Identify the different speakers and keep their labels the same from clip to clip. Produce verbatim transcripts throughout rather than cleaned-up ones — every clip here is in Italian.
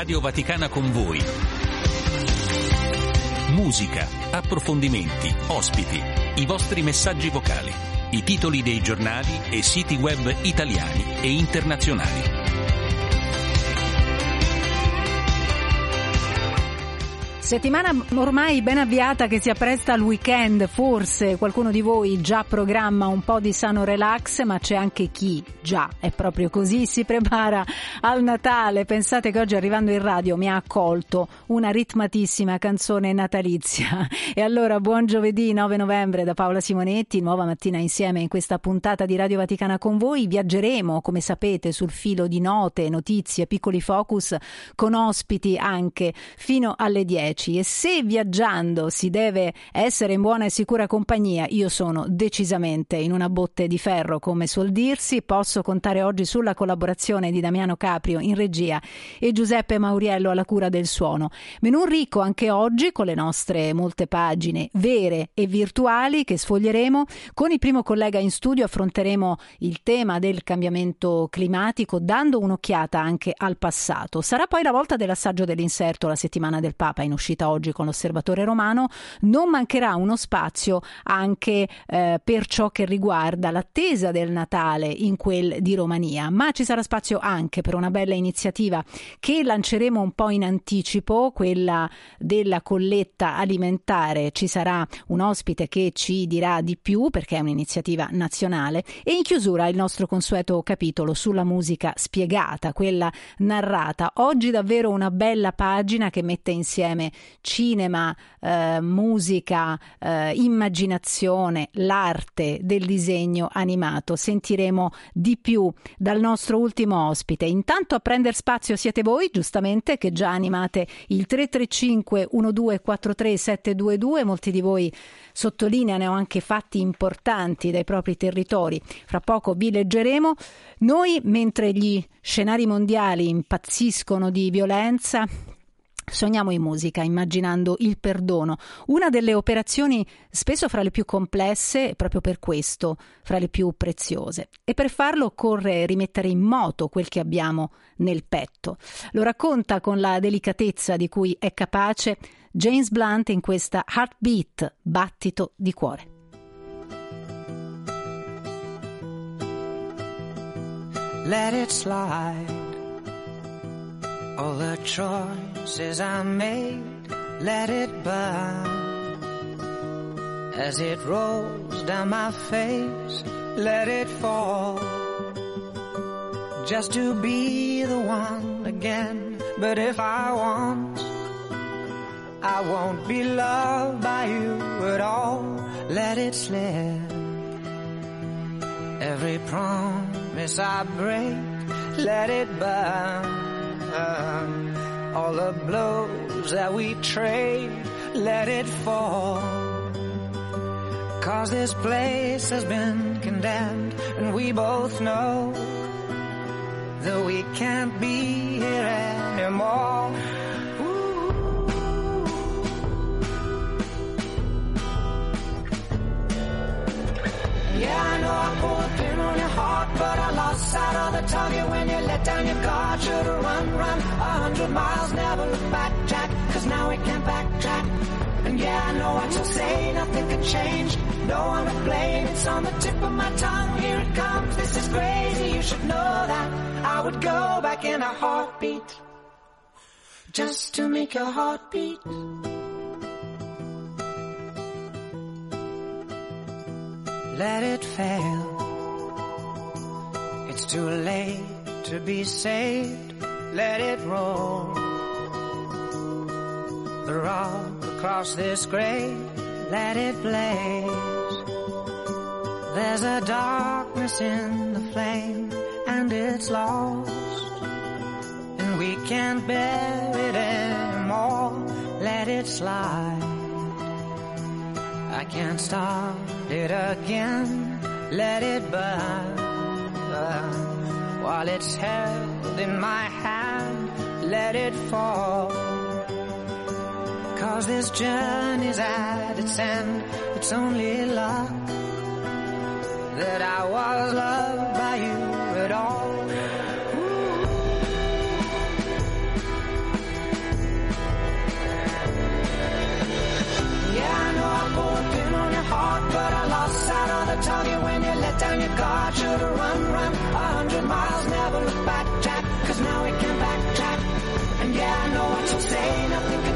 Speaker 1: Radio Vaticana con voi. Musica, approfondimenti, ospiti, i vostri messaggi vocali, i titoli dei giornali e siti web italiani e internazionali.
Speaker 2: Settimana ormai ben avviata che si appresta al weekend, forse qualcuno di voi già programma un po' di sano relax, ma c'è anche chi già è proprio così, si prepara al Natale. Pensate che oggi arrivando in radio mi ha accolto una ritmatissima canzone natalizia. E allora buon giovedì nove novembre da Paola Simonetti, nuova mattina insieme in questa puntata di Radio Vaticana con voi. Viaggeremo, come sapete, sul filo di note, notizie, piccoli focus con ospiti anche fino alle dieci. E se viaggiando si deve essere in buona e sicura compagnia, io sono decisamente in una botte di ferro, come suol dirsi. Posso contare oggi sulla collaborazione di Damiano Caprio in regia e Giuseppe Mauriello alla cura del suono. Menù ricco anche oggi con le nostre molte pagine vere e virtuali che sfoglieremo. Con il primo collega in studio affronteremo il tema del cambiamento climatico dando un'occhiata anche al passato. Sarà poi la volta dell'assaggio dell'inserto La settimana del Papa in uscita oggi con l'Osservatore Romano. Non mancherà uno spazio anche eh, per ciò che riguarda l'attesa del Natale in quel di Romania, ma ci sarà spazio anche per una bella iniziativa che lanceremo un po' in anticipo, quella della colletta alimentare. Ci sarà un ospite che ci dirà di più perché è un'iniziativa nazionale, e in chiusura il nostro consueto capitolo sulla musica spiegata, quella narrata. Oggi davvero una bella pagina che mette insieme cinema, eh, musica, eh, immaginazione, l'arte del disegno animato. Sentiremo di più dal nostro ultimo ospite. Intanto a prendere spazio siete voi, giustamente, che già animate il tre tre cinque uno due quattro tre sette due due. Molti di voi sottolineano anche fatti importanti dai propri territori. Fra poco vi leggeremo. Noi, mentre gli scenari mondiali impazziscono di violenza, sogniamo in musica, immaginando il perdono, una delle operazioni spesso fra le più complesse e proprio per questo fra le più preziose. E per farlo occorre rimettere in moto quel che abbiamo nel petto. Lo racconta con la delicatezza di cui è capace James Blunt in questa Heartbeat, battito di cuore.
Speaker 3: Let it slide. All the choices I made, let it burn. As it rolls down my face, let it fall. Just to be the one again. But if I want, I won't be loved by you at all. Let it slip. Every promise I break, let it burn. Uh, all the blows that we trade, let it fall. Cause this place has been condemned, and we both know that we can't be here anymore. Yeah, I know I pulled a pin on your heart, but I lost sight of the target when you let down your guard. Should've run, run a hundred miles, never look back, Jack, cause now we can't backtrack. And yeah, I know what you'll say, nothing can change, no one to blame. It's on the tip of my tongue, here it comes, this is crazy, you should know that I would go back in a heartbeat, just to make your heart beat. Let it fail. It's too late to be saved. Let it roll. The rock across this grave, let it blaze. There's a darkness in the flame, and it's lost, and we can't bear it anymore. Let it slide. I can't start it again. Let it burn. While it's held in my hand, let it fall. Cause this journey's at its end. It's only luck that I was loved by you at all. Ooh.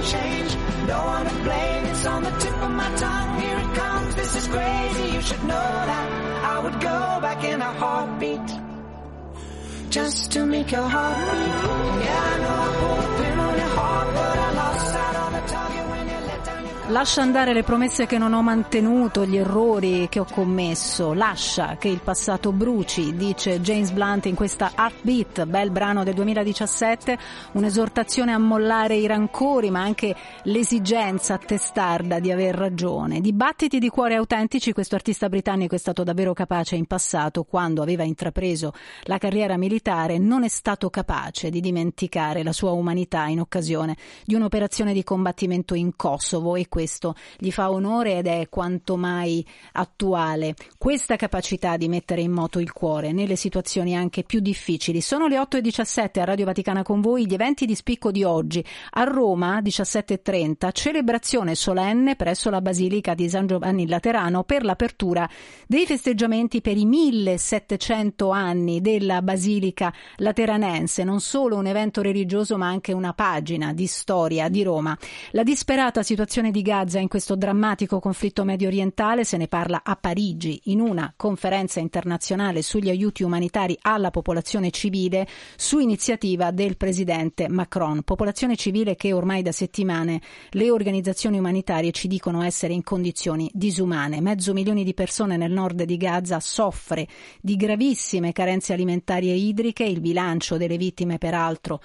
Speaker 3: change. No one to blame, it's on the tip of my tongue. Here it comes, this is crazy, you should know that I would go back in a heartbeat, just to make your heart beat. Yeah, I know I pulled a pin on your heart, but I lost sight on the target when you let down your...
Speaker 2: Lascia andare le promesse che non ho mantenuto, gli errori che ho commesso, lascia che il passato bruci, dice James Blunt in questa Heartbeat, bel brano del duemiladiciassette, un'esortazione a mollare i rancori ma anche l'esigenza testarda di aver ragione. Dibattiti di cuore autentici, questo artista britannico è stato davvero capace in passato, quando aveva intrapreso la carriera militare, non è stato capace di dimenticare la sua umanità in occasione di un'operazione di combattimento in Kosovo, e questo gli fa onore ed è quanto mai attuale. Questa capacità di mettere in moto il cuore nelle situazioni anche più difficili. Sono le otto e diciassette a Radio Vaticana con voi, gli eventi di spicco di oggi. A Roma, diciassette e trenta, celebrazione solenne presso la Basilica di San Giovanni Laterano per l'apertura dei festeggiamenti per i millesettecento anni della Basilica Lateranense. Non solo un evento religioso ma anche una pagina di storia di Roma. La disperata situazione di Gaza in questo drammatico conflitto medio orientale, se ne parla a Parigi in una conferenza internazionale sugli aiuti umanitari alla popolazione civile su iniziativa del presidente Macron. Popolazione civile che ormai da settimane le organizzazioni umanitarie ci dicono essere in condizioni disumane. Mezzo milione di persone nel nord di Gaza soffre di gravissime carenze alimentari e idriche. Il bilancio delle vittime peraltro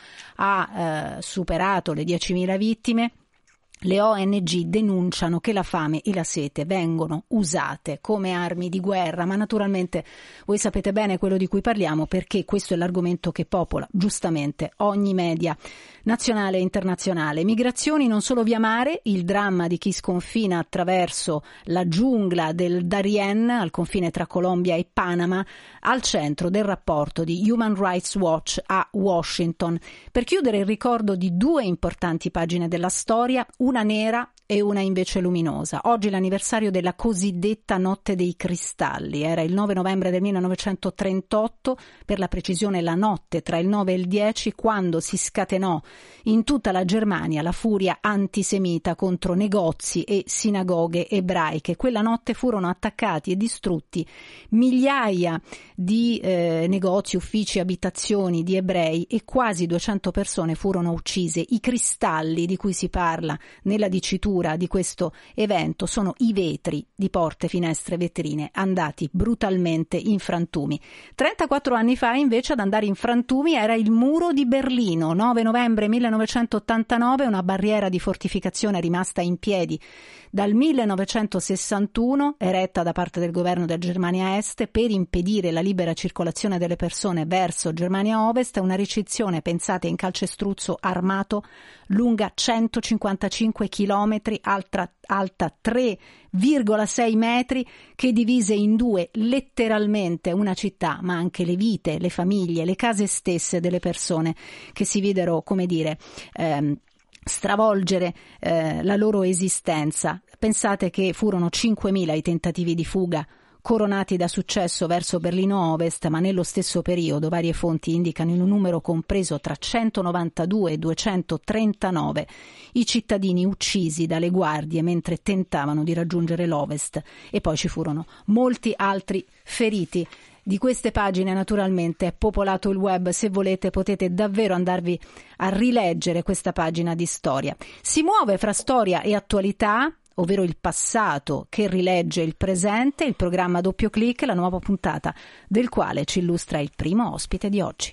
Speaker 2: ha eh, superato le diecimila vittime. Le O N G denunciano che la fame e la sete vengono usate come armi di guerra, ma naturalmente voi sapete bene quello di cui parliamo, perché questo è l'argomento che popola giustamente ogni media nazionale e internazionale. Migrazioni non solo via mare, il dramma di chi sconfina attraverso la giungla del Darién al confine tra Colombia e Panama, al centro del rapporto di Human Rights Watch a Washington. Per chiudere, il ricordo di due importanti pagine della storia, una nera e una invece luminosa. Oggi è l'anniversario della cosiddetta Notte dei Cristalli. Era il nove novembre del millenovecentotrentotto, per la precisione la notte tra il nove e il dieci, quando si scatenò in tutta la Germania la furia antisemita contro negozi e sinagoghe ebraiche. Quella notte furono attaccati e distrutti migliaia di eh, negozi, uffici, abitazioni di ebrei e quasi duecento persone furono uccise. I cristalli di cui si parla nella dicitura di questo evento sono i vetri di porte, finestre, vetrine andati brutalmente in frantumi. trentaquattro anni fa invece ad andare in frantumi era il muro di Berlino. nove novembre millenovecentottantanove, una barriera di fortificazione rimasta in piedi dal millenovecentosessantuno, eretta da parte del governo della Germania Est per impedire la libera circolazione delle persone verso Germania Ovest. Una ricezione, pensate, in calcestruzzo armato, lunga centocinquantacinque chilometri, alta, alta tre virgola sei metri, che divise in due letteralmente una città, ma anche le vite, le famiglie, le case stesse delle persone che si videro, come dire, ehm, stravolgere eh, la loro esistenza. Pensate che furono cinquemila i tentativi di fuga, coronati da successo verso Berlino Ovest, ma nello stesso periodo varie fonti indicano in un numero compreso tra centonovantadue e duecentotrentanove i cittadini uccisi dalle guardie mentre tentavano di raggiungere l'Ovest, e poi ci furono molti altri feriti. Di queste pagine naturalmente è popolato il web, se volete potete davvero andarvi a rileggere questa pagina di storia. Si muove fra storia e attualità, ovvero il passato che rilegge il presente, il programma Doppio Clic, la nuova puntata del quale ci illustra il primo ospite di oggi.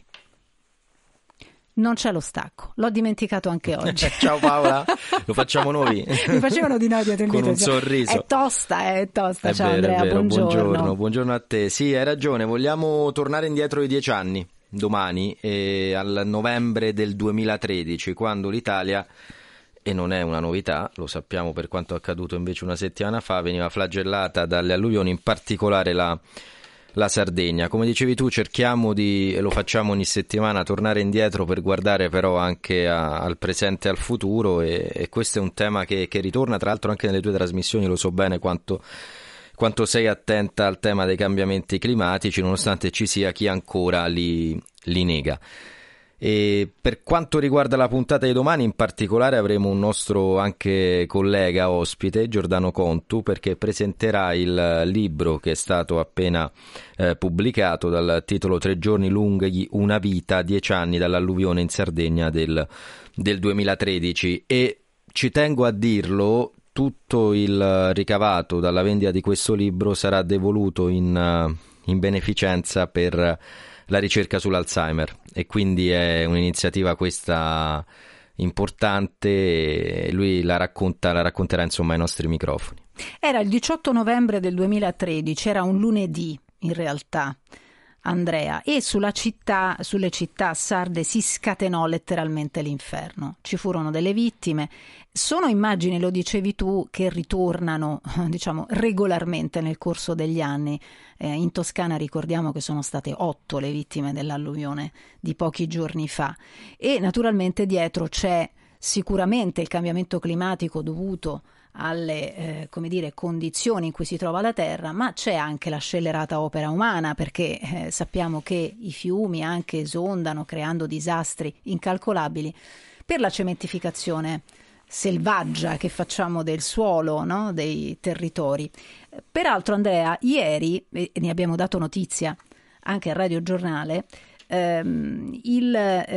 Speaker 2: Non c'è lo stacco, l'ho dimenticato anche oggi.
Speaker 4: Ciao Paola, lo facciamo noi.
Speaker 2: Mi facevano di no dietro il
Speaker 4: con
Speaker 2: video.
Speaker 4: un sorriso.
Speaker 2: È tosta, è tosta.
Speaker 4: È
Speaker 2: Ciao
Speaker 4: vero,
Speaker 2: Andrea,
Speaker 4: è vero.
Speaker 2: buongiorno.
Speaker 4: buongiorno. Buongiorno a te. Sì, hai ragione, vogliamo tornare indietro di dieci anni, domani, eh, al novembre del duemilatredici, quando l'Italia, e non è una novità, lo sappiamo per quanto accaduto invece una settimana fa, veniva flagellata dalle alluvioni, in particolare la la Sardegna. Come dicevi tu, cerchiamo di, e lo facciamo ogni settimana, tornare indietro per guardare però anche a, al presente e al futuro, e, e questo è un tema che, che ritorna tra l'altro anche nelle tue trasmissioni. Lo so bene quanto, quanto sei attenta al tema dei cambiamenti climatici, nonostante ci sia chi ancora li, li nega. E per quanto riguarda la puntata di domani, in particolare avremo un nostro anche collega ospite, Giordano Contu, perché presenterà il libro che è stato appena eh, pubblicato dal titolo Tre giorni lunghi, una vita, dieci anni dall'alluvione in Sardegna del, del duemilatredici. E ci tengo a dirlo, tutto il ricavato dalla vendita di questo libro sarà devoluto in, in beneficenza per la ricerca sull'Alzheimer, e quindi è un'iniziativa questa importante, e lui la racconta, la racconterà insomma ai nostri microfoni.
Speaker 2: Era il diciotto novembre del duemilatredici, era un lunedì in realtà, Andrea, e sulla città, sulle città sarde si scatenò letteralmente l'inferno. Ci furono delle vittime. Sono immagini, lo dicevi tu, che ritornano, diciamo, regolarmente nel corso degli anni. Eh, in Toscana ricordiamo che sono state otto le vittime dell'alluvione di pochi giorni fa, e naturalmente dietro c'è sicuramente il cambiamento climatico dovuto alle eh, come dire, condizioni in cui si trova la terra, ma c'è anche la scellerata opera umana, perché eh, sappiamo che i fiumi anche esondano creando disastri incalcolabili per la cementificazione selvaggia che facciamo del suolo, no? Dei territori. Peraltro, Andrea, ieri, e ne abbiamo dato notizia anche al Radio Giornale, ehm, il,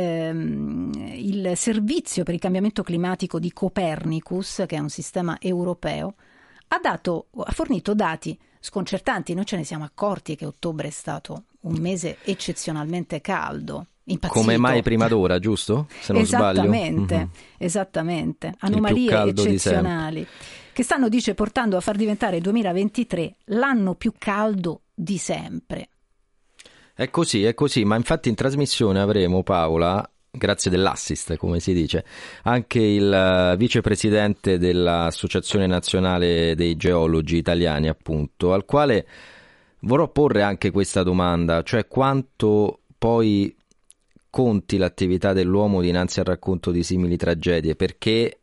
Speaker 2: ehm, il servizio per il cambiamento climatico di Copernicus, che è un sistema europeo, ha dato, ha fornito dati sconcertanti. Noi ce ne siamo accorti che ottobre è stato un mese eccezionalmente caldo. Impazzito.
Speaker 4: Come mai prima d'ora, giusto? Se non
Speaker 2: esattamente,
Speaker 4: sbaglio. Mm-hmm. Esattamente, anomalie eccezionali che stanno, dice, portando a far diventare il duemilaventitré l'anno più caldo di sempre. È così, è così, ma infatti in trasmissione avremo, Paola, grazie dell'assist, come si dice, anche il vicepresidente dell'Associazione Nazionale dei Geologi Italiani, appunto, al quale vorrò porre anche questa domanda, cioè quanto poi conti l'attività dell'uomo dinanzi al racconto di simili tragedie, perché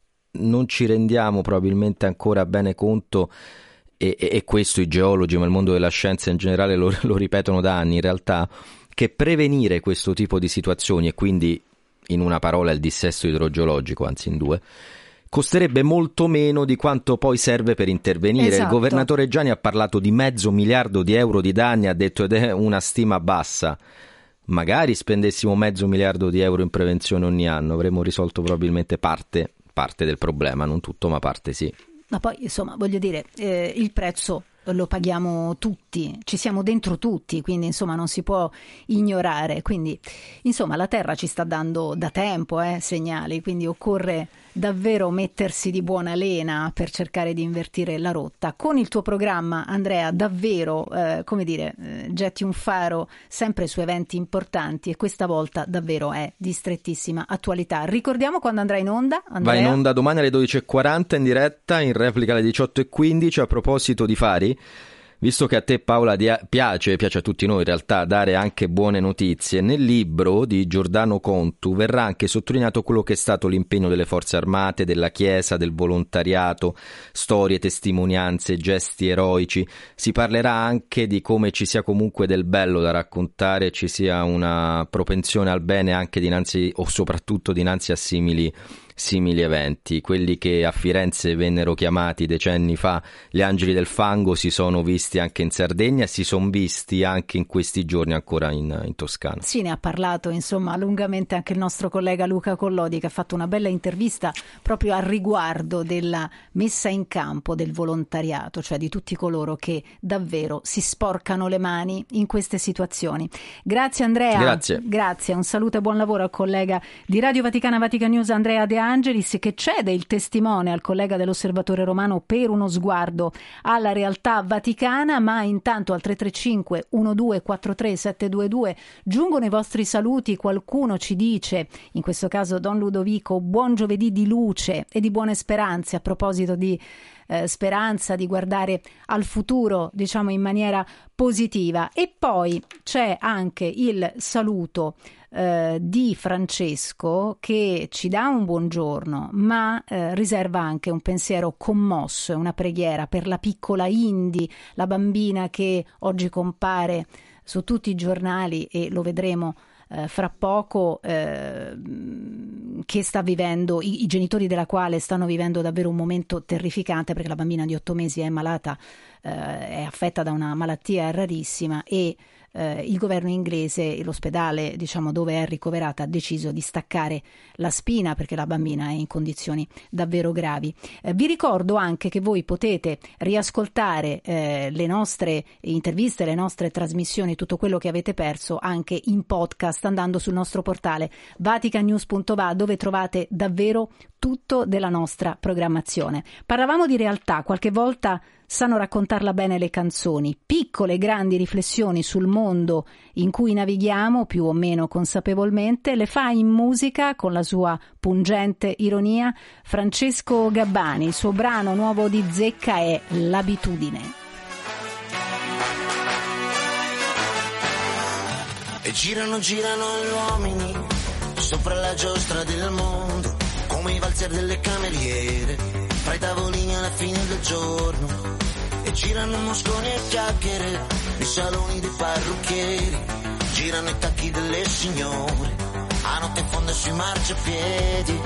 Speaker 4: non ci rendiamo probabilmente ancora bene conto, e, e, e questo i geologi, ma il mondo della scienza in generale lo, lo ripetono da anni in realtà, che prevenire questo tipo di situazioni, e quindi in una parola il dissesto idrogeologico, anzi in due, costerebbe molto meno di quanto poi serve per intervenire. Esatto. Il governatore Giani ha parlato di mezzo miliardo di euro di danni, ha detto, ed è una stima bassa. Magari spendessimo mezzo miliardo di euro in prevenzione ogni anno, avremmo risolto probabilmente parte, parte del problema, non tutto, ma parte sì.
Speaker 2: Ma poi, insomma, voglio dire, eh, il prezzo lo paghiamo tutti, ci siamo dentro tutti, quindi insomma non si può ignorare. Quindi insomma la Terra ci sta dando da tempo eh, segnali, quindi occorre davvero mettersi di buona lena per cercare di invertire la rotta. Con il tuo programma, Andrea, davvero, eh, come dire, eh, getti un faro sempre su eventi importanti, e questa volta davvero è di strettissima attualità. Ricordiamo quando andrà in onda, Andrea?
Speaker 4: Va in onda domani alle dodici e quaranta in diretta, in replica alle diciotto e quindici. A proposito di fari, visto che a te, Paola, piace, piace a tutti noi in realtà dare anche buone notizie, nel libro di Giordano Contu verrà anche sottolineato quello che è stato l'impegno delle forze armate, della Chiesa, del volontariato, storie, testimonianze, gesti eroici. Si parlerà anche di come ci sia comunque del bello da raccontare, ci sia una propensione al bene anche dinanzi, o soprattutto dinanzi a simili simili eventi. Quelli che a Firenze vennero chiamati decenni fa gli angeli del fango si sono visti anche in Sardegna, si sono visti anche in questi giorni ancora in, in Toscana.
Speaker 2: Sì, ne ha parlato insomma lungamente anche il nostro collega Luca Collodi, che ha fatto una bella intervista proprio al riguardo della messa in campo del volontariato, cioè di tutti coloro che davvero si sporcano le mani in queste situazioni. Grazie Andrea.
Speaker 4: Grazie.
Speaker 2: Grazie, un saluto e buon lavoro al collega di Radio Vaticana Vatican News Andrea De Angelis, che cede il testimone al collega dell'Osservatore Romano per uno sguardo alla realtà vaticana. Ma intanto al tre tre cinque uno due quattro tre sette due due giungono i vostri saluti. Qualcuno ci dice, in questo caso Don Ludovico, buon giovedì di luce e di buone speranze, a proposito di eh, speranza, di guardare al futuro, diciamo, in maniera positiva. E poi c'è anche il saluto Eh, di Francesco, che ci dà un buongiorno, ma eh, riserva anche un pensiero commosso e una preghiera per la piccola Indy, la bambina che oggi compare su tutti i giornali, e lo vedremo eh, fra poco, eh, che sta vivendo, i, i genitori della quale stanno vivendo davvero un momento terrificante, perché la bambina di otto mesi è malata, eh, è affetta da una malattia rarissima e eh, il governo inglese, l'ospedale diciamo dove è ricoverata, ha deciso di staccare la spina perché la bambina è in condizioni davvero gravi. Eh, vi ricordo anche che voi potete riascoltare eh, le nostre interviste, le nostre trasmissioni, tutto quello che avete perso anche in podcast andando sul nostro portale vatican news punto va, dove trovate davvero tutto della nostra programmazione. Parlavamo di realtà, qualche volta sanno raccontarla bene le canzoni, piccole grandi riflessioni sul mondo in cui navighiamo più o meno consapevolmente, le fa in musica con la sua pungente ironia Francesco Gabbani. Il suo brano nuovo di Zecca è L'abitudine.
Speaker 5: E girano, girano gli uomini sopra la giostra del mondo, come i valzer delle cameriere, fra i tavolini alla fine del giorno. E girano mosconi e chiacchiere nei saloni dei parrucchieri, girano i tacchi delle signore a notte fonda sui marciapiedi.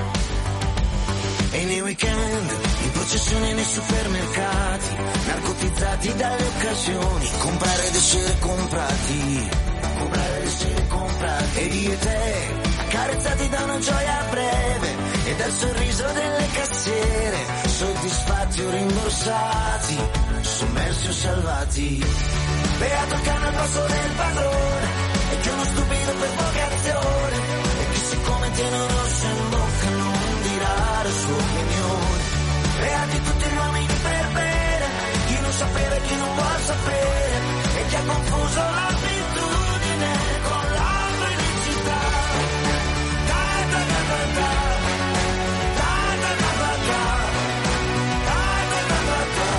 Speaker 5: E nei weekend, in processione nei supermercati, narcotizzati dalle occasioni, comprare ed essere comprati, comprare ed essere comprati. Ed io e te, accarezzati da una gioia breve e dal sorriso delle cassiere, soddisfatti o rimborsati, sommersi o salvati. Beato il cane al posto del padrone, e che uno stupido per vocazione, e che siccome tiene un rosso in bocca non dirà la sua opinione. Beati tutti gli uomini per bene, chi non sapeva e chi non vuol sapere, e chi ha confuso l'abitudine con la felicità. Da da da da da, da da da da da, da da da da da.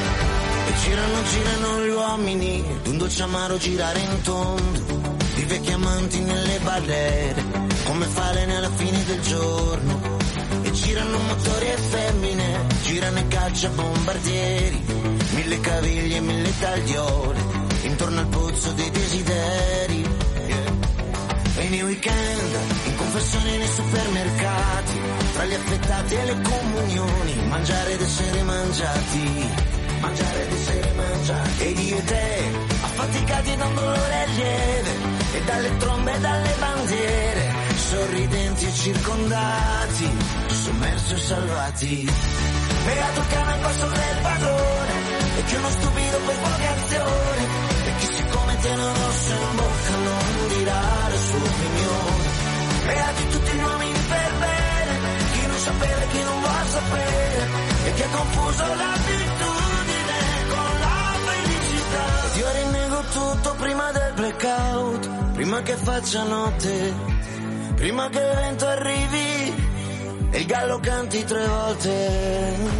Speaker 5: E girano, girano gli uomini d'un dolce amaro girare in tondo, di vecchi amanti nelle barriere, come falene alla fine del giorno. E girano motori e femmine, girano i cacciabombardieri, mille caviglie e mille tagliole, intorno al pozzo dei desideri. Yeah. E nei weekend, in confessione nei supermercati, tra gli affettati e le comunioni, mangiare ed essere mangiati, mangiare ed essere mangiati. Ed io e te, affaticati da un dolore lieve, e dalle trombe e dalle bandiere, sorridenti e circondati, sommersi e salvati. Beato il cane al passo del padrone, e che uno stupido per vocazione, e chi siccome tiene un rosso in bocca non dirà la sua opinione. Beati tutti gli uomini per bene, chi non sapeva e chi non vuol sapere, e chi ha confuso l'abitudine con la felicità. Io rinnego tutto prima del blackout, prima che faccia notte, prima che il vento arrivi e il gallo canti tre volte.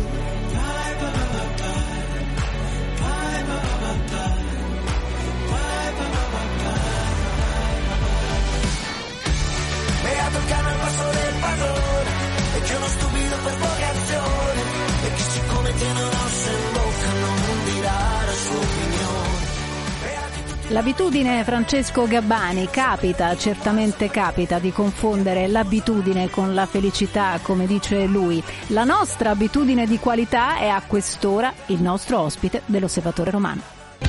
Speaker 5: Beato il cane al passo del padrone, e che uno stupido per vocazione, e chi siccome tiene un osso in bocca non dirà la sua opinione.
Speaker 2: L'abitudine, Francesco Gabbani, capita, certamente capita di confondere l'abitudine con la felicità, come dice lui. La nostra abitudine di qualità è a quest'ora il nostro ospite dell'Osservatore Romano.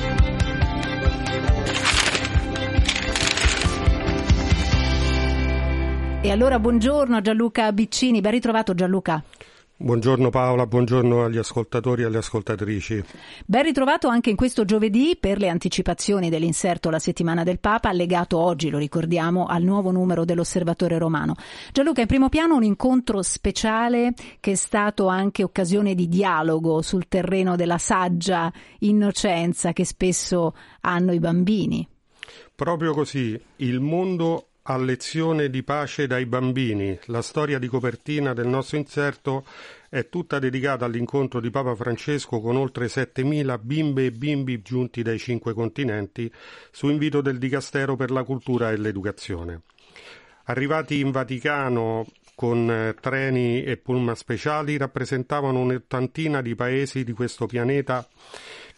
Speaker 2: E allora buongiorno Gianluca Biccini, ben ritrovato Gianluca.
Speaker 6: Buongiorno Paola, buongiorno agli ascoltatori e alle ascoltatrici.
Speaker 2: Ben ritrovato anche in questo giovedì per le anticipazioni dell'inserto La settimana del Papa, allegato oggi, lo ricordiamo, al nuovo numero dell'Osservatore Romano. Gianluca, in primo piano un incontro speciale che è stato anche occasione di dialogo sul terreno della saggia innocenza che spesso hanno i bambini.
Speaker 6: Proprio così, il mondo a lezione di pace dai bambini. La storia di copertina del nostro inserto è tutta dedicata all'incontro di Papa Francesco con oltre settemila bimbe e bimbi giunti dai cinque continenti su invito del Dicastero per la Cultura e l'Educazione. Arrivati in Vaticano con eh, treni e pullman speciali, rappresentavano un'ottantina di paesi di questo pianeta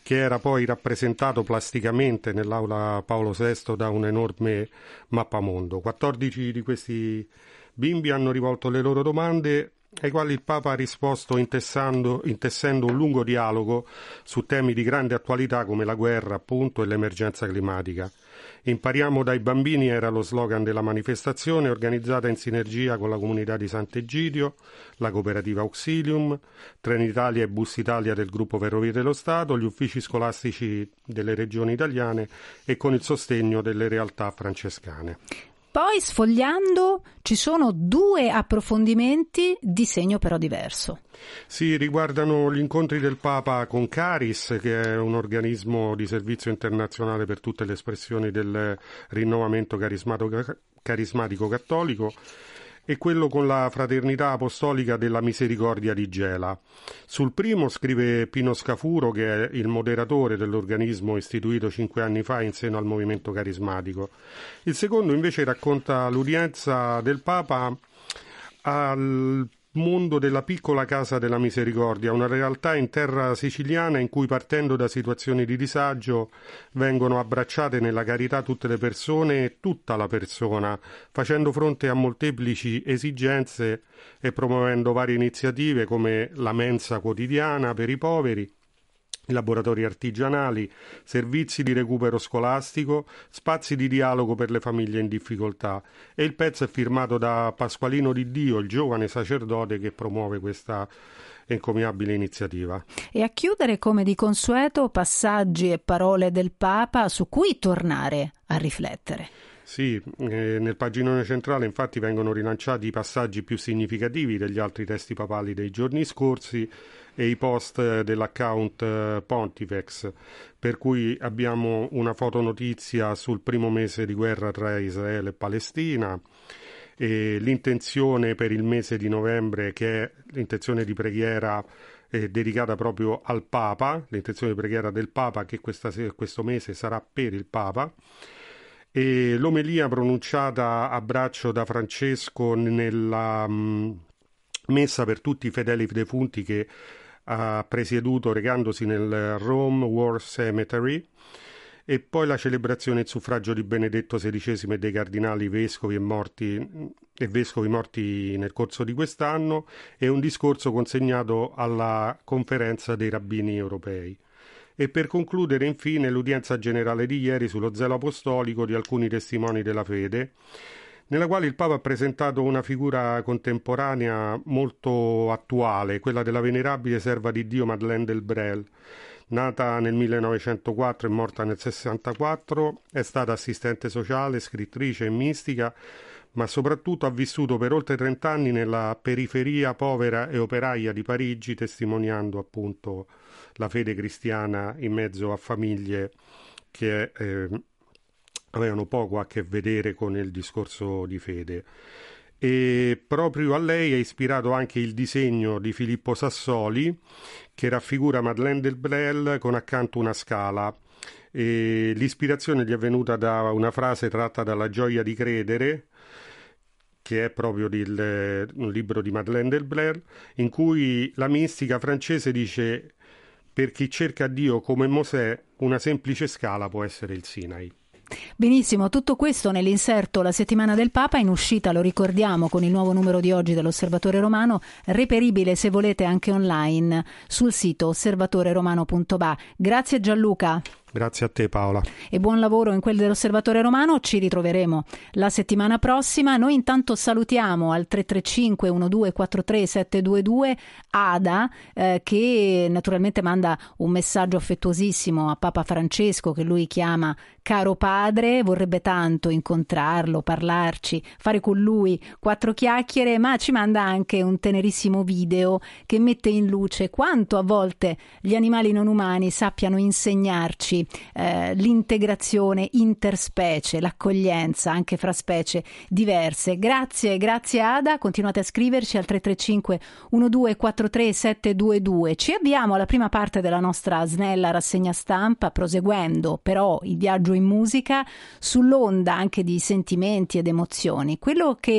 Speaker 6: che era poi rappresentato plasticamente nell'aula Paolo sesto da un enorme mappamondo. quattordici di questi bimbi hanno rivolto le loro domande, ai quali il Papa ha risposto intessando, intessendo un lungo dialogo su temi di grande attualità come la guerra, appunto, e l'emergenza climatica. Impariamo dai bambini era lo slogan della manifestazione, organizzata in sinergia con la comunità di Sant'Egidio, la cooperativa Auxilium, Trenitalia e Bus Italia del gruppo Ferrovie dello Stato, gli uffici scolastici delle regioni italiane e con il sostegno delle realtà francescane.
Speaker 2: Poi, sfogliando, ci sono due approfondimenti di segno però diverso.
Speaker 6: Sì, riguardano gli incontri del Papa con Caris, che è un organismo di servizio internazionale per tutte le espressioni del rinnovamento carismatico cattolico, e quello con la Fraternità Apostolica della Misericordia di Gela. Sul primo scrive Pino Scafuro, che è il moderatore dell'organismo istituito cinque anni fa in seno al movimento carismatico. Il secondo invece racconta l'udienza del Papa al mondo della piccola Casa della Misericordia, una realtà in terra siciliana in cui, partendo da situazioni di disagio, vengono abbracciate nella carità tutte le persone e tutta la persona, facendo fronte a molteplici esigenze e promuovendo varie iniziative come la mensa quotidiana per i poveri, laboratori artigianali, servizi di recupero scolastico, spazi di dialogo per le famiglie in difficoltà. E il pezzo è firmato da Pasqualino Di Dio, il giovane sacerdote che promuove questa encomiabile iniziativa.
Speaker 2: E a chiudere, come di consueto, passaggi e parole del Papa su cui tornare a riflettere.
Speaker 6: Sì, eh, nel paginone centrale infatti vengono rilanciati i passaggi più significativi degli altri testi papali dei giorni scorsi e i post dell'account Pontifex, per cui abbiamo una fotonotizia sul primo mese di guerra tra Israele e Palestina, e l'intenzione per il mese di novembre, che è l'intenzione di preghiera eh, dedicata proprio al Papa, l'intenzione di preghiera del Papa, che questa, questo mese sarà per il Papa, e l'omelia pronunciata a braccio da Francesco nella mh, messa per tutti i fedeli defunti che ha presieduto recandosi nel Rome War Cemetery, e poi la celebrazione del suffragio di Benedetto sedicesimo e dei cardinali vescovi e morti e vescovi morti nel corso di quest'anno, e un discorso consegnato alla conferenza dei rabbini europei. E per concludere, infine, l'udienza generale di ieri sullo zelo apostolico di alcuni testimoni della fede, nella quale il Papa ha presentato una figura contemporanea molto attuale, quella della venerabile serva di Dio Madeleine Delbrel. Nata nel millenovecentoquattro e morta nel sessantaquattro, è stata assistente sociale, scrittrice e mistica, ma soprattutto ha vissuto per oltre trent'anni nella periferia povera e operaia di Parigi, testimoniando appunto la fede cristiana in mezzo a famiglie che eh, avevano poco a che vedere con il discorso di fede. E proprio a lei è ispirato anche il disegno di Filippo Sassoli, che raffigura Madeleine Delbrel con accanto una scala. E l'ispirazione gli è venuta da una frase tratta dalla Gioia di credere, che è proprio del, un libro di Madeleine Delbrel, in cui la mistica francese dice: per chi cerca Dio come Mosè, una semplice scala può essere il Sinai.
Speaker 2: Benissimo, tutto questo nell'inserto La settimana del Papa, in uscita, lo ricordiamo, con il nuovo numero di oggi dell'Osservatore Romano, reperibile se volete anche online sul sito osservatore romano punto ba. Grazie Gianluca.
Speaker 6: Grazie a te Paola.
Speaker 2: E buon lavoro in quel dell'Osservatore Romano, ci ritroveremo la settimana prossima. Noi intanto salutiamo al tre tre cinque uno due quattro tre sette due due Ada, eh, che naturalmente manda un messaggio affettuosissimo a Papa Francesco, che lui chiama caro padre, vorrebbe tanto incontrarlo, parlarci, fare con lui quattro chiacchiere, ma ci manda anche un tenerissimo video che mette in luce quanto a volte gli animali non umani sappiano insegnarci Eh, l'integrazione interspecie, l'accoglienza anche fra specie diverse. Grazie, grazie Ada, continuate a scriverci al tre tre cinque uno due quattro tre sette due due. Ci avviamo alla prima parte della nostra snella rassegna stampa, proseguendo però il viaggio in musica sull'onda anche di sentimenti ed emozioni. Quello che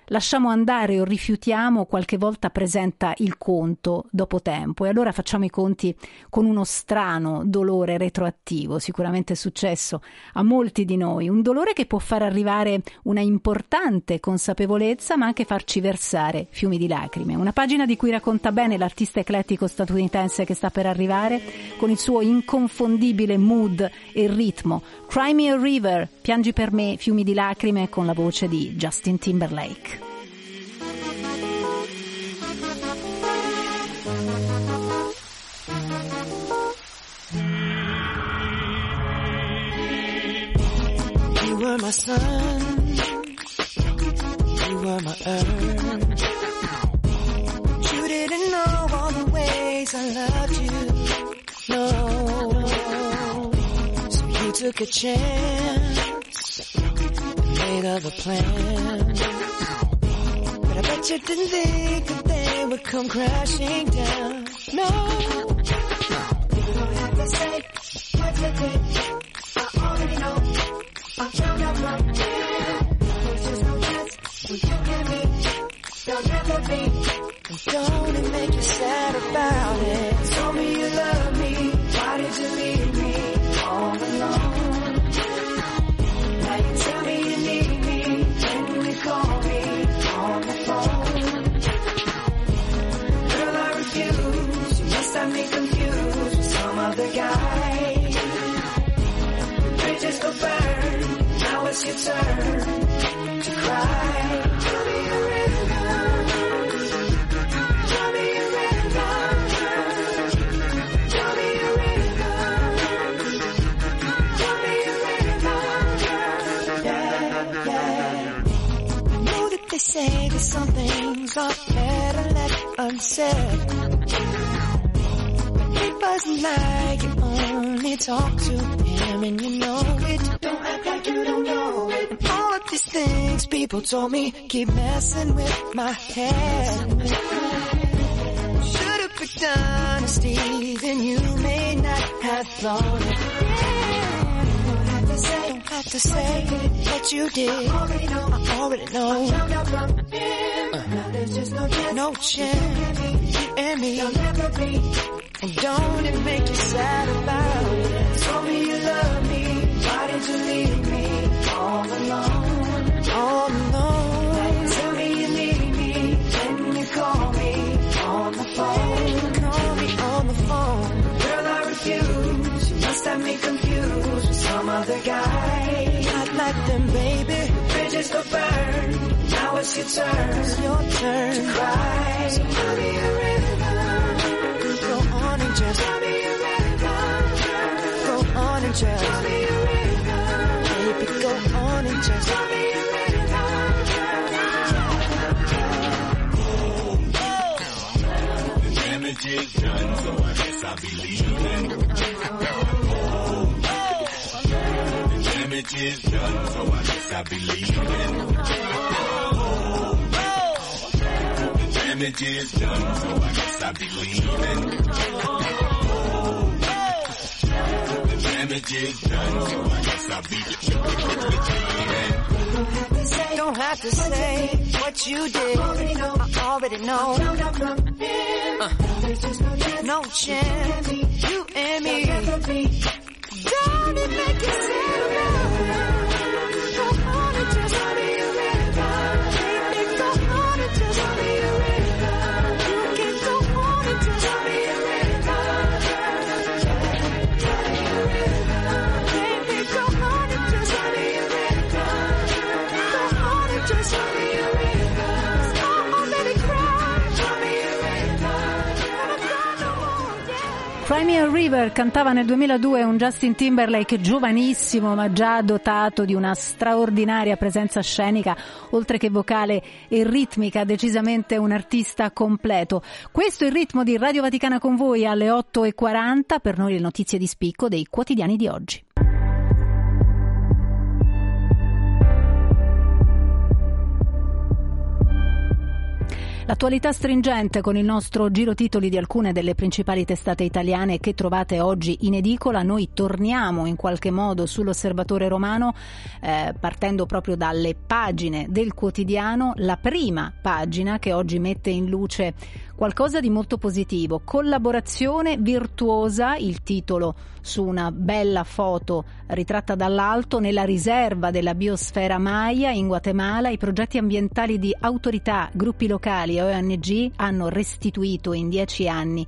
Speaker 2: lasciamo andare o rifiutiamo qualche volta presenta il conto dopo tempo, e allora facciamo i conti con uno strano dolore retroattivo, sicuramente è successo a molti di noi, un dolore che può far arrivare una importante consapevolezza ma anche farci versare fiumi di lacrime. Una pagina di cui racconta bene l'artista eclettico statunitense che sta per arrivare con il suo inconfondibile mood e ritmo. Cry Me a River, piangi per me, fiumi di lacrime, con la voce di Justin Timberlake.
Speaker 3: You were my sun, you were my earth. You didn't know all the ways I loved you, no. So you took a chance, made other plans. But I bet you didn't think that they would come crashing down, no. You don't have to say what you did, I already know. I'm found out from here. There's just no chance when you and me, there'll never be. And don't it make you sad about it? Told me you love me, why did you leave me all alone? Now you tell me you need me, when you call me on the phone. Girl, I refuse, you must have me confused with some other guy. Bridges go burn, now it's your turn to cry. Tell me a river, tell me a river, tell me a river, tell me a river, yeah, yeah. I know that they say that some things are better left unsaid. It wasn't like you only talk to him and you know it. Don't act like you don't know it. And all of these things people told me keep messing with my head. Should've picked honesty, then you may not have thought it. Yeah. Don't have to say, don't have to say what you did. I already know. I already know. I found out from him. Uh. Now there's just no chance. No chance. You and me. There'll never be. And don't it make you sad about it? Told me you love me, why did you leave me all alone? All alone. Tell me you need me, when you call me on the phone. Call me on the phone. Girl, I refuse, you must have me confused with some other guy. Not like them, baby. Bridges go burn, now it's your turn. It's your turn to cry. So tell me a river. Just tell me a river. Go on and just tell me a river. Baby, go on and just tell me a river.
Speaker 7: The damage is done, so I guess I'll be leaving. The damage is done, so I guess I'll be leaving. The damage is done, so I guess I'll be leaving. Damage is done, so I guess I'll be leaving.
Speaker 3: Don't have to say what you did. I already know. Uh, no chance, you and me. Don't it make you sad? Go on and just tell me a river. Baby, go on and just tell me a river. You can go on and just tell me a river.
Speaker 2: Cry Me a River cantava nel duemiladue un Justin Timberlake giovanissimo ma già dotato di una straordinaria presenza scenica, oltre che vocale e ritmica, decisamente un artista completo. Questo è il ritmo di Radio Vaticana con voi alle otto e quaranta, per noi le notizie di spicco dei quotidiani di oggi. La L'attualità stringente con il nostro giro titoli di alcune delle principali testate italiane che trovate oggi in edicola. Noi torniamo in qualche modo sull'Osservatore Romano eh, partendo proprio dalle pagine del quotidiano. La prima pagina che oggi mette in luce qualcosa di molto positivo: collaborazione virtuosa, il titolo su una bella foto ritratta dall'alto nella riserva della biosfera Maya in Guatemala. I progetti ambientali di autorità, gruppi locali e O N G hanno restituito in dieci anni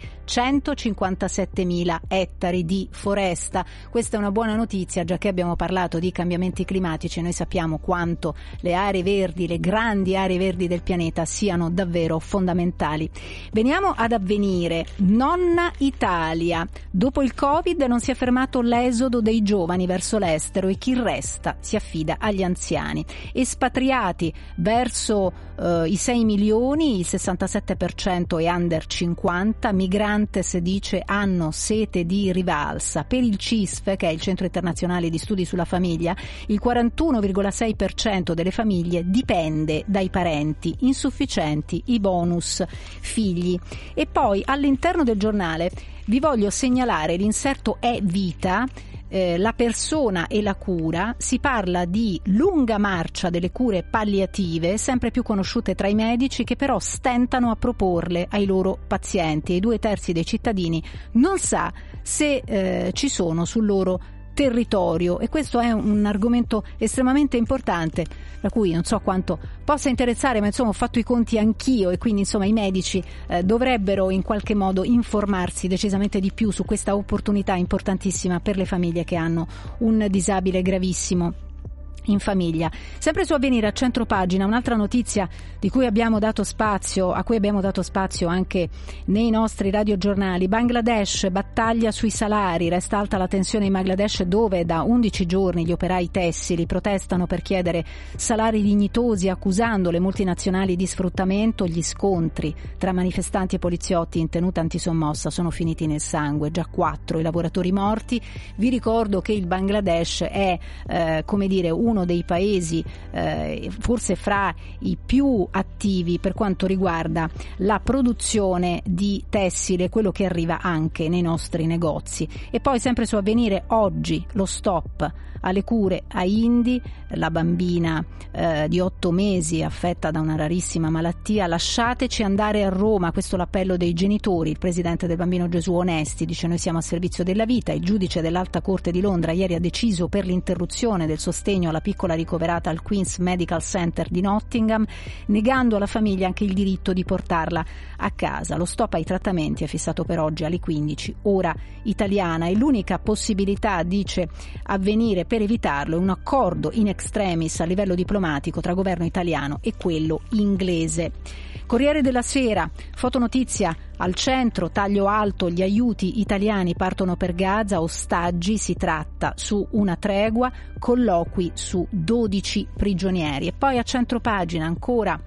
Speaker 2: centocinquantasettemila ettari di foresta. Questa è una buona notizia, già che abbiamo parlato di cambiamenti climatici. Noi sappiamo quanto le aree verdi, le grandi aree verdi del pianeta siano davvero fondamentali. Veniamo ad Avvenire. Nonna Italia. Dopo il Covid non si è fermato l'esodo dei giovani verso l'estero e chi resta si affida agli anziani. Espatriati verso eh, i sei milioni, il sessantasette per cento è under cinquanta. Migrantes, dice, hanno sete di rivalsa. Per il C I S F, che è il Centro Internazionale di Studi sulla Famiglia, il quarantuno virgola sei per cento delle famiglie dipende dai parenti, insufficienti i bonus figli. E poi all'interno del giornale vi voglio segnalare l'inserto È Vita, eh, la persona e la cura. Si parla di lunga marcia delle cure palliative, sempre più conosciute tra i medici, che però stentano a proporle ai loro pazienti, e due terzi dei cittadini non sa se eh, ci sono sul loro territorio, e questo è un argomento estremamente importante, da cui non so quanto possa interessare, ma insomma ho fatto i conti anch'io, e quindi insomma i medici eh, dovrebbero in qualche modo informarsi decisamente di più su questa opportunità importantissima per le famiglie che hanno un disabile gravissimo in famiglia. Sempre su Avvenire, a centro pagina, un'altra notizia di cui abbiamo dato spazio, a cui abbiamo dato spazio anche nei nostri radiogiornali. Bangladesh, battaglia sui salari. Resta alta la tensione in Bangladesh, dove da undici giorni gli operai tessili protestano per chiedere salari dignitosi, accusando le multinazionali di sfruttamento. Gli scontri tra manifestanti e poliziotti in tenuta antisommossa sono finiti nel sangue, già quattro i lavoratori morti. Vi ricordo che il Bangladesh è eh, come dire un uno dei paesi eh, forse fra i più attivi per quanto riguarda la produzione di tessile, quello che arriva anche nei nostri negozi. E poi sempre su Avvenire oggi lo stop alle cure a Indy, la bambina eh, di otto mesi affetta da una rarissima malattia. Lasciateci andare a Roma, questo è l'appello dei genitori. Il presidente del Bambino Gesù Onesti dice: noi siamo a servizio della vita. Il giudice dell'Alta Corte di Londra ieri ha deciso per l'interruzione del sostegno alla piccola ricoverata al Queen's Medical Center di Nottingham, negando alla famiglia anche il diritto di portarla a casa. Lo stop ai trattamenti è fissato per oggi alle quindici ora italiana, e l'unica possibilità, dice Avvenire, per evitarlo è un accordo in extremis a livello diplomatico tra governo italiano e quello inglese. Corriere della Sera, fotonotizia al centro, taglio alto, gli aiuti italiani partono per Gaza, ostaggi, si tratta su una tregua, colloqui su dodici prigionieri. E poi a centro pagina ancora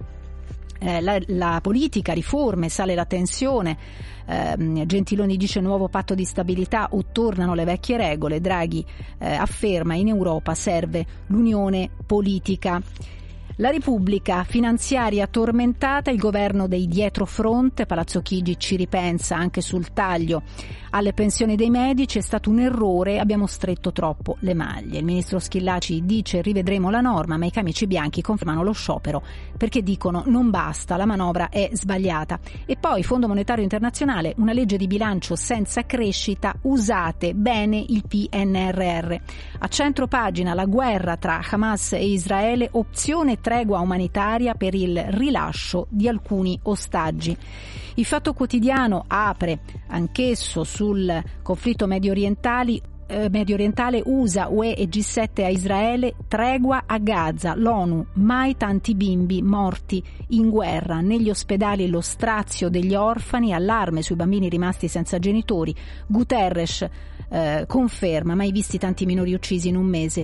Speaker 2: eh, la, la politica, riforme, sale la tensione. Eh, Gentiloni dice nuovo patto di stabilità o tornano le vecchie regole. Draghi eh, afferma in Europa serve l'unione politica. La Repubblica, finanziaria tormentata, il governo dei dietrofront. Palazzo Chigi ci ripensa anche sul taglio alle pensioni dei medici. È stato un errore, abbiamo stretto troppo le maglie. Il ministro Schillaci dice rivedremo la norma, ma i camici bianchi confermano lo sciopero perché dicono non basta, la manovra è sbagliata. E poi Fondo Monetario Internazionale, una legge di bilancio senza crescita, usate bene il P N R R. A centro pagina la guerra tra Hamas e Israele, opzione tregua umanitaria per il rilascio di alcuni ostaggi. Il Fatto Quotidiano apre anch'esso sul conflitto medio orientale. Eh, medio orientale, U S A, U E e G sette a Israele, tregua a Gaza, l'ONU, mai tanti bimbi morti in guerra, negli ospedali lo strazio degli orfani, allarme sui bambini rimasti senza genitori. Guterres eh, conferma, mai visti tanti minori uccisi in un mese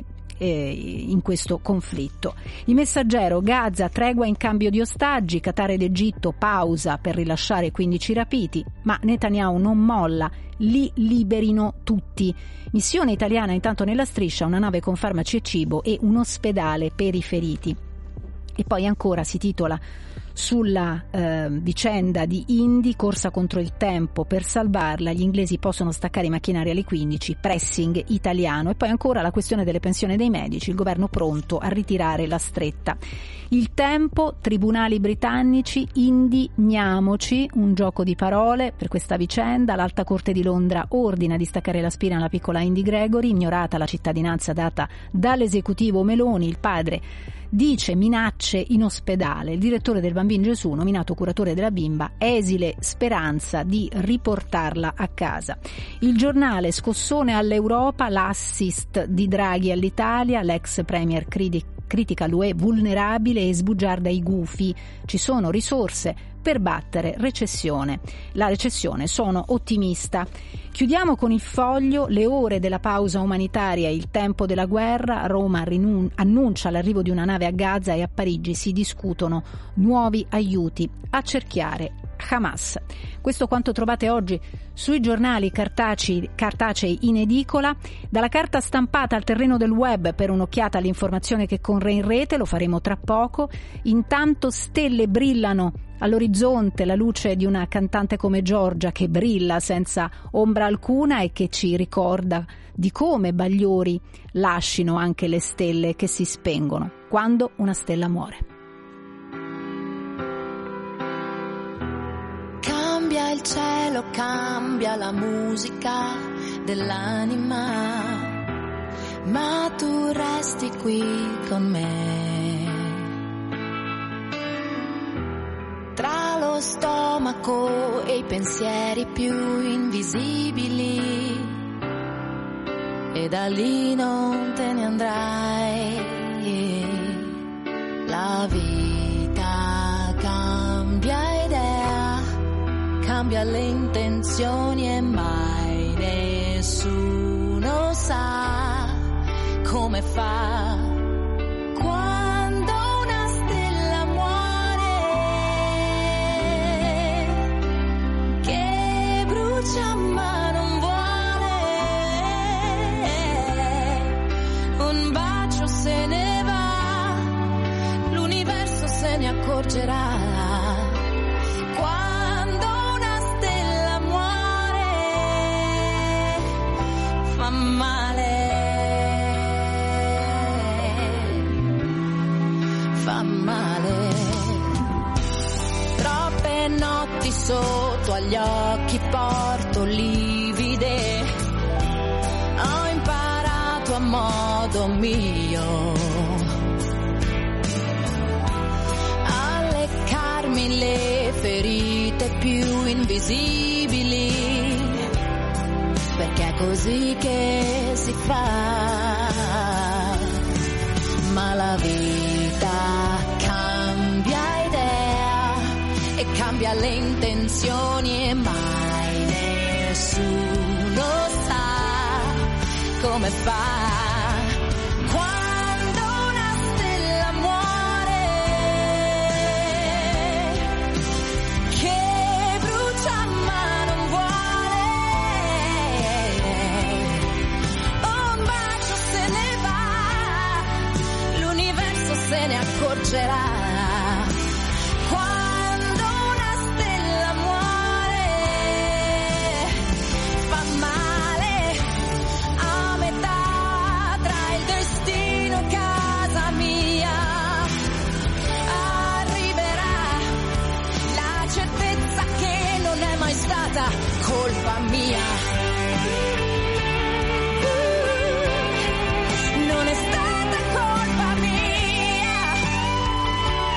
Speaker 2: in questo conflitto. Il Messaggero, Gaza, tregua in cambio di ostaggi, Qatar ed Egitto, pausa per rilasciare quindici rapiti, ma Netanyahu non molla, li liberino tutti. Missione italiana intanto nella striscia, una nave con farmaci e cibo e un ospedale per i feriti. E poi ancora si titola sulla eh, vicenda di Indy, corsa contro il tempo per salvarla, gli inglesi possono staccare i macchinari alle quindici, pressing italiano, e poi ancora la questione delle pensioni dei medici, il governo pronto a ritirare la stretta. Il tempo, tribunali britannici, indigniamoci, un gioco di parole per questa vicenda, l'Alta Corte di Londra ordina di staccare la spina alla piccola Indy Gregory, ignorata la cittadinanza data dall'esecutivo Meloni, il padre dice minacce in ospedale, il direttore del Bambino Gesù, nominato curatore della bimba, esile speranza di riportarla a casa. Il Giornale, scossone all'Europa, l'assist di Draghi all'Italia, l'ex premier critica critica l'U E vulnerabile e sbugiarda i gufi, ci sono risorse per battere recessione. La recessione, sono ottimista. Chiudiamo con il Foglio, le ore della pausa umanitaria, il tempo della guerra, Roma rinun- annuncia l'arrivo di una nave a Gaza e a Parigi si discutono nuovi aiuti, accerchiare Hamas. Questo quanto trovate oggi sui giornali cartacei, cartacei in edicola. Dalla carta stampata al terreno del web per un'occhiata all'informazione che corre in rete, lo faremo tra poco. Intanto stelle brillano all'orizzonte, la luce di una cantante come Giorgia che brilla senza ombra alcuna e che ci ricorda di come Bagliori lascino anche le stelle che si spengono quando una stella muore.
Speaker 8: Cambia il cielo, cambia la musica dell'anima, ma tu resti qui con me. Tra lo stomaco e i pensieri più invisibili, e da lì non te ne andrai. La vita cambia idea, cambia le intenzioni e mai nessuno sa come fa quando una stella muore, che brucia ma non vuole. Un bacio se ne va, l'universo se ne accorgerà. Fa male, fa male. Troppe notti sotto agli occhi porto livide, ho imparato a modo mio a leccarmi le ferite più invisibili, perché è così che si fa. Ma la vita cambia idea e cambia le intenzioni e mai nessuno sa come fa. Quando una stella muore, fa male a metà tra il destino e casa mia. Arriverà la certezza che non è mai stata colpa mia. Non è stata colpa mia.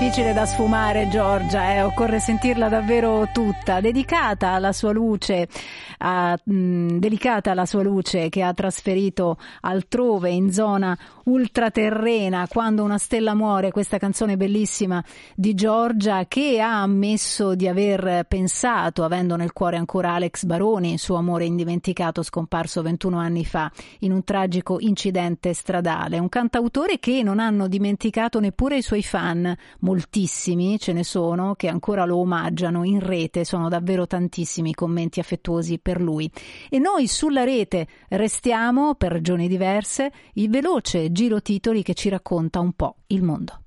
Speaker 2: difficile da sfumare, Giorgia, eh? Occorre sentirla davvero tutta, dedicata alla sua luce, a, mh, delicata alla sua luce che ha trasferito altrove in zona ultraterrena. Quando una stella muore, questa canzone bellissima di Giorgia, che ha ammesso di aver pensato, avendo nel cuore ancora Alex Baroni, suo amore indimenticato scomparso ventuno anni fa in un tragico incidente stradale. Un cantautore che non hanno dimenticato neppure i suoi fan, moltissimi ce ne sono che ancora lo omaggiano in rete, sono davvero tantissimi i commenti affettuosi per lui. E noi sulla rete restiamo, per ragioni diverse, il veloce giro titoli che ci racconta un po' il mondo.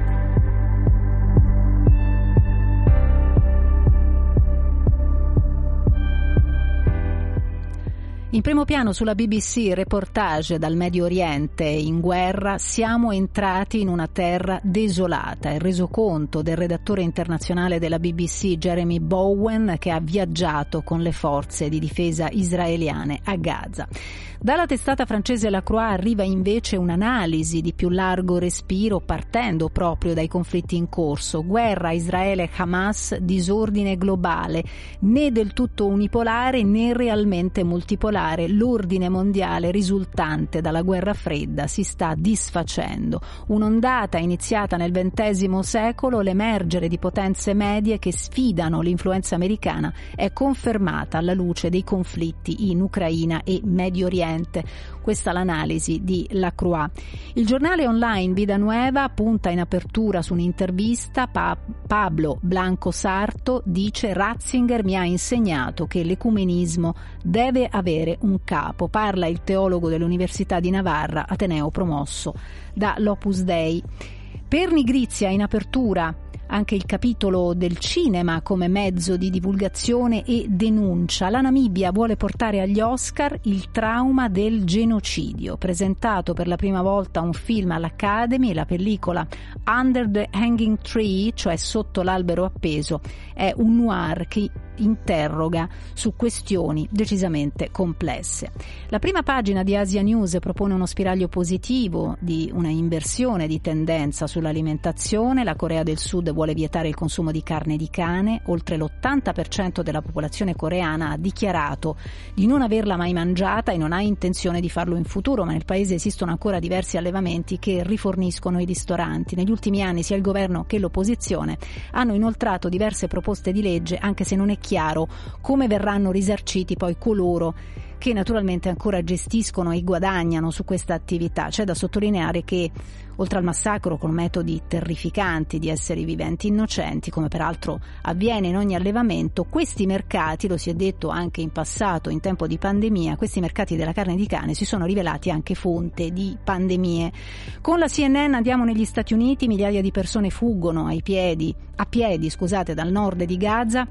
Speaker 2: In primo piano sulla B B C, reportage dal Medio Oriente in guerra, siamo entrati in una terra desolata. Il resoconto del redattore internazionale della B B C Jeremy Bowen, che ha viaggiato con le forze di difesa israeliane a Gaza. Dalla testata francese La Croix arriva invece un'analisi di più largo respiro partendo proprio dai conflitti in corso. Guerra Israele-Hamas, disordine globale, né del tutto unipolare né realmente multipolare. L'ordine mondiale risultante dalla guerra fredda si sta disfacendo. Un'ondata iniziata nel ventesimo secolo, l'emergere di potenze medie che sfidano l'influenza americana è confermata alla luce dei conflitti in Ucraina e Medio Oriente. Questa è l'analisi di La Croix. Il giornale online Vida Nueva punta in apertura su un'intervista. Pa- Pablo Blanco Sarto dice: Ratzinger mi ha insegnato che l'ecumenismo deve avere un capo. Parla il teologo dell'Università di Navarra, ateneo promosso da l'Opus Dei. Per Nigrizia in apertura anche il capitolo del cinema come mezzo di divulgazione e denuncia. La Namibia vuole portare agli Oscar il trauma del genocidio. Presentato per la prima volta un film all'Academy, la pellicola Under the Hanging Tree, cioè Sotto l'albero appeso, è un noir che interroga su questioni decisamente complesse. La prima pagina di Asia News propone uno spiraglio positivo di una inversione di tendenza sull'alimentazione. La Corea del Sud vuole vietare il consumo di carne di cane. Oltre l'ottanta per cento della popolazione coreana ha dichiarato di non averla mai mangiata e non ha intenzione di farlo in futuro, ma nel paese esistono ancora diversi allevamenti che riforniscono i ristoranti. Negli ultimi anni sia il governo che l'opposizione hanno inoltrato diverse proposte di legge, anche se non è chiaro come verranno risarciti poi coloro che naturalmente ancora gestiscono e guadagnano su questa attività. C'è da sottolineare che oltre al massacro con metodi terrificanti di esseri viventi innocenti, come peraltro avviene in ogni allevamento, questi mercati, lo si è detto anche in passato in tempo di pandemia, questi mercati della carne di cane si sono rivelati anche fonte di pandemie. Con la C N N andiamo negli Stati Uniti. Migliaia di persone fuggono ai piedi, a piedi scusate, dal nord di Gaza.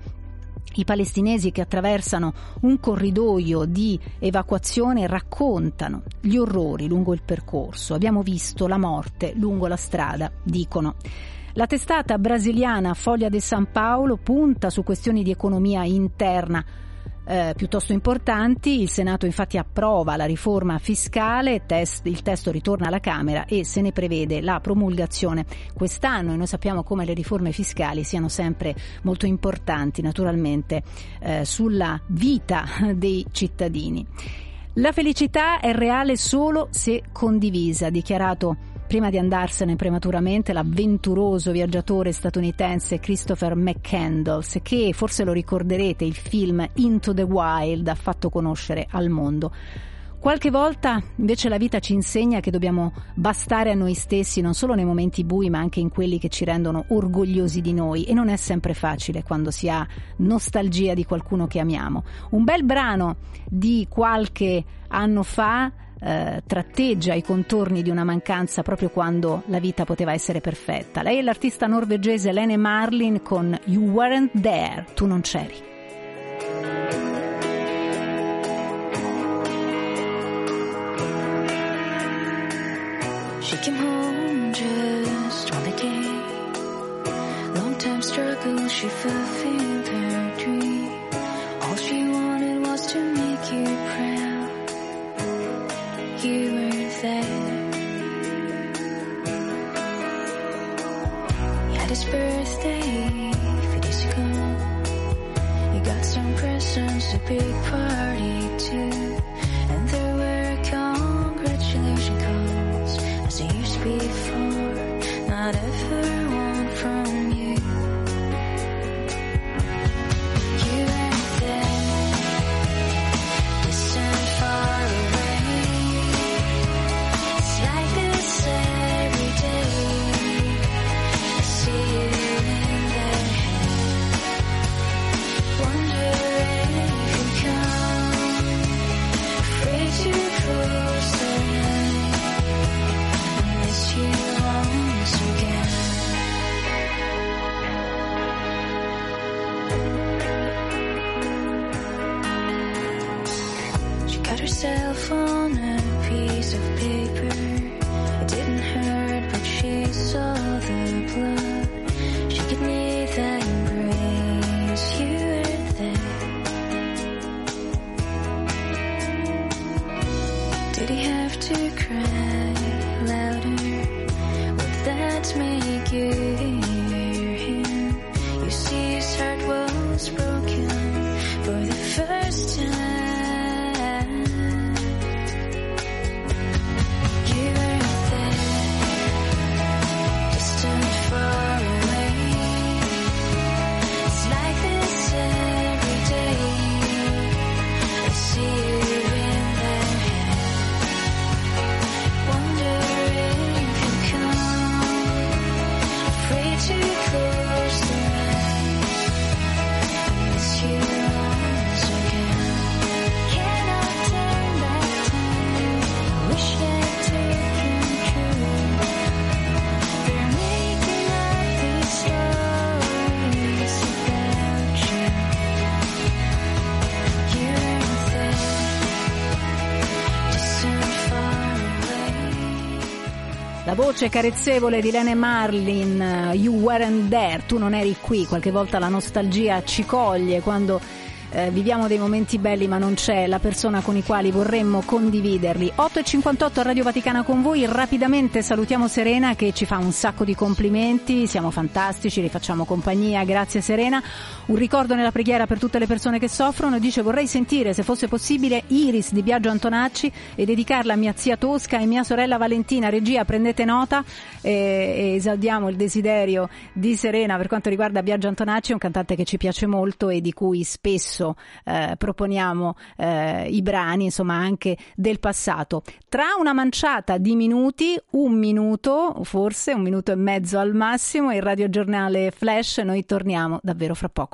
Speaker 2: I palestinesi che attraversano un corridoio di evacuazione raccontano gli orrori lungo il percorso. Abbiamo visto la morte lungo la strada, dicono. La testata brasiliana Folha de São Paulo punta su questioni di economia interna Eh, piuttosto importanti. Il Senato infatti approva la riforma fiscale, test, il testo ritorna alla Camera e se ne prevede la promulgazione quest'anno, e noi sappiamo come le riforme fiscali siano sempre molto importanti naturalmente eh, sulla vita dei cittadini. La felicità è reale solo se condivisa, ha dichiarato prima di andarsene prematuramente l'avventuroso viaggiatore statunitense Christopher McCandless, che, forse lo ricorderete, il film Into the Wild ha fatto conoscere al mondo. Qualche volta invece la vita ci insegna che dobbiamo bastare a noi stessi, non solo nei momenti bui ma anche in quelli che ci rendono orgogliosi di noi, e non è sempre facile quando si ha nostalgia di qualcuno che amiamo. Un bel brano di qualche anno fa Eh, tratteggia i contorni di una mancanza proprio quando la vita poteva essere perfetta. Lei è l'artista norvegese Lene Marlin con You Weren't There, tu non c'eri.
Speaker 9: She came home just one day. Long time struggle, she fulfilled her dream. All she wanted was to make you proud. You weren't there. You had this long presents, a big party too. And there were congratulation calls as there used to be before. Not ever one from you. You weren't there, distant, far away. It's like this every day. I see you in their head, wonder if you come, afraid to close their eyes. I miss you once again. She cut herself on a piece of paper. It didn't hurt, but she saw the blood. She could need that embrace. You were there. Did he have to cry louder? Would that make you hear him? You see, his heart was broken for the first time. You were there, distant, far away. It's like this every day. I see you in their head, wonder if you come, afraid to close their eyes. I miss you once again. Cannot turn back time. I wish I'd taken true. They're making up these stories about you. You weren't there, distant, far away.
Speaker 2: La voce carezzevole di Lene Marlin, You Weren't There, tu non eri qui. Qualche volta la nostalgia ci coglie quando eh, viviamo dei momenti belli ma non c'è la persona con i quali vorremmo condividerli. otto e cinquantotto a Radio Vaticana con voi. Rapidamente salutiamo Serena che ci fa un sacco di complimenti, siamo fantastici, vi facciamo compagnia, grazie Serena. Un ricordo nella preghiera per tutte le persone che soffrono, dice: vorrei sentire se fosse possibile Iris di Biagio Antonacci e dedicarla a mia zia Tosca e mia sorella Valentina. Regia, prendete nota e, e esaldiamo il desiderio di Serena per quanto riguarda Biagio Antonacci, un cantante che ci piace molto e di cui spesso eh, proponiamo eh, i brani, insomma anche del passato. Tra una manciata di minuti, un minuto, forse un minuto e mezzo al massimo, il radiogiornale Flash, noi torniamo davvero fra poco.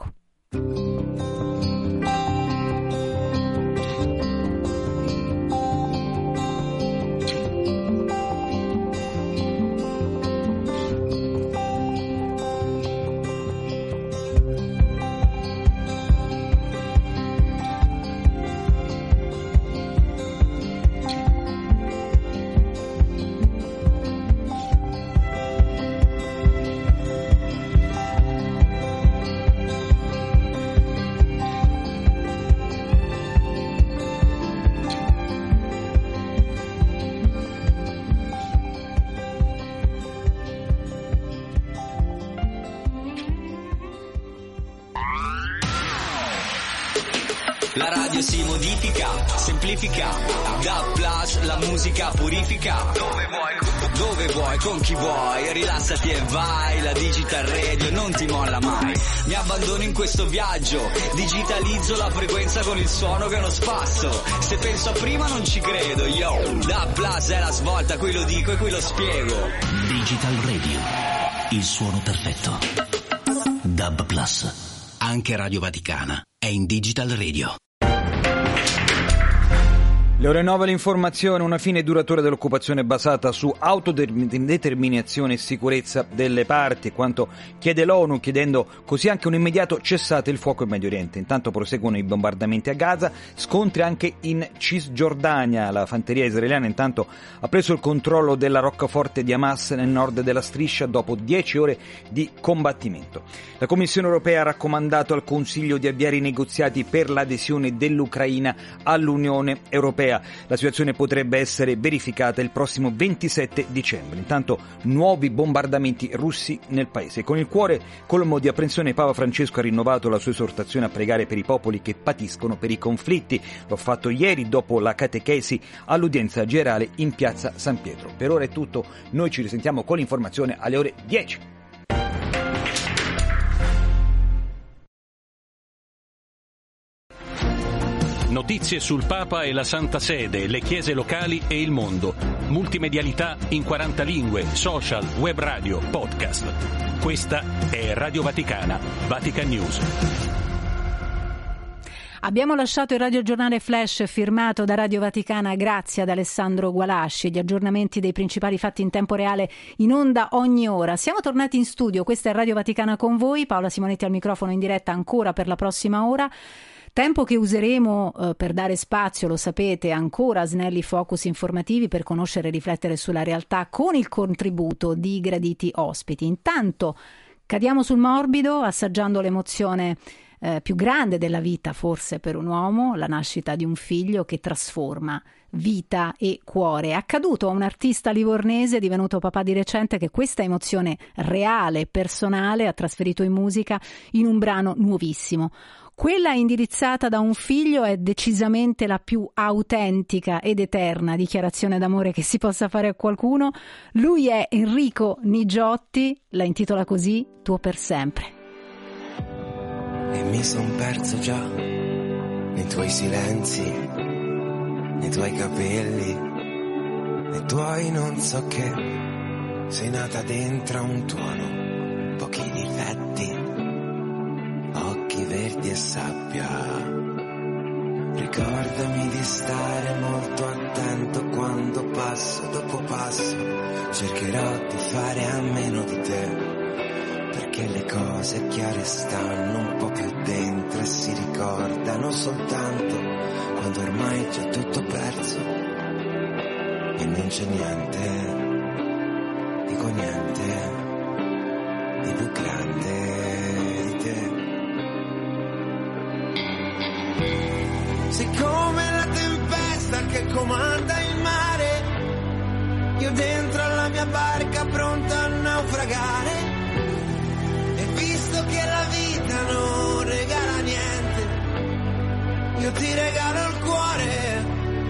Speaker 10: La radio si modifica, semplifica, da Plus la musica purifica. Dove vuoi, dove vuoi, con chi vuoi, rilassati e vai. La Digital Radio non ti molla mai. Mi abbandono in questo viaggio, digitalizzo la frequenza con il suono che è uno spasso. Se penso a prima non ci credo, yo. Da Plus è la svolta, qui lo dico e qui lo spiego.
Speaker 11: Digital Radio, il suono perfetto. Dub Plus. Anche Radio Vaticana è in Digital Radio.
Speaker 12: Le ore nove l'informazione, una fine duratura dell'occupazione basata su autodeterminazione e sicurezza delle parti, quanto chiede l'ONU, chiedendo così anche un immediato cessate il fuoco in Medio Oriente. Intanto proseguono i bombardamenti a Gaza, scontri anche in Cisgiordania. La fanteria israeliana intanto ha preso il controllo della roccaforte di Hamas nel nord della striscia dopo dieci ore di combattimento. La Commissione europea ha raccomandato al Consiglio di avviare i negoziati per l'adesione dell'Ucraina all'Unione europea. Corea. La situazione potrebbe essere verificata il prossimo ventisette dicembre. Intanto nuovi bombardamenti russi nel paese. Con il cuore colmo di apprensione, Papa Francesco ha rinnovato la sua esortazione a pregare per i popoli che patiscono per i conflitti. L'ho fatto ieri dopo la catechesi all'udienza generale in piazza San Pietro. Per ora è tutto, noi ci risentiamo con l'informazione alle ore dieci.
Speaker 1: Notizie sul Papa e la Santa Sede, le chiese locali e il mondo. Multimedialità in quaranta lingue, social, web radio, podcast. Questa è Radio Vaticana, Vatican News.
Speaker 2: Abbiamo lasciato il radiogiornale Flash firmato da Radio Vaticana grazie ad Alessandro Gualasci, gli aggiornamenti dei principali fatti in tempo reale in onda ogni ora. Siamo tornati in studio, questa è Radio Vaticana con voi, Paola Simonetti al microfono in diretta ancora per la prossima ora. Tempo che useremo eh, per dare spazio, lo sapete, ancora a snelli focus informativi per conoscere e riflettere sulla realtà con il contributo di graditi ospiti. Intanto cadiamo sul morbido assaggiando l'emozione eh, più grande della vita forse per un uomo, la nascita di un figlio che trasforma vita e cuore. È accaduto a un artista livornese divenuto papà di recente che questa emozione reale e personale ha trasferito in musica in un brano nuovissimo. Quella indirizzata da un figlio è decisamente la più autentica ed eterna dichiarazione d'amore che si possa fare a qualcuno. Lui è Enrico Nigiotti, la intitola così, Tuo per sempre.
Speaker 13: E mi son perso già nei tuoi silenzi, nei tuoi capelli, nei tuoi non so che. Sei nata dentro un tuono, pochi difetti, occhi verdi e sabbia. Ricordami di stare molto attento quando passo dopo passo. Cercherò di fare a meno di te, perché le cose chiare stanno un po' più dentro e si ricordano soltanto quando ormai c'è tutto perso e non c'è niente, dico niente di più grande di te. Sei come la tempesta che comanda il mare, io dentro alla mia barca pronta a naufragare. E visto che la vita non regala niente, io ti regalo il cuore.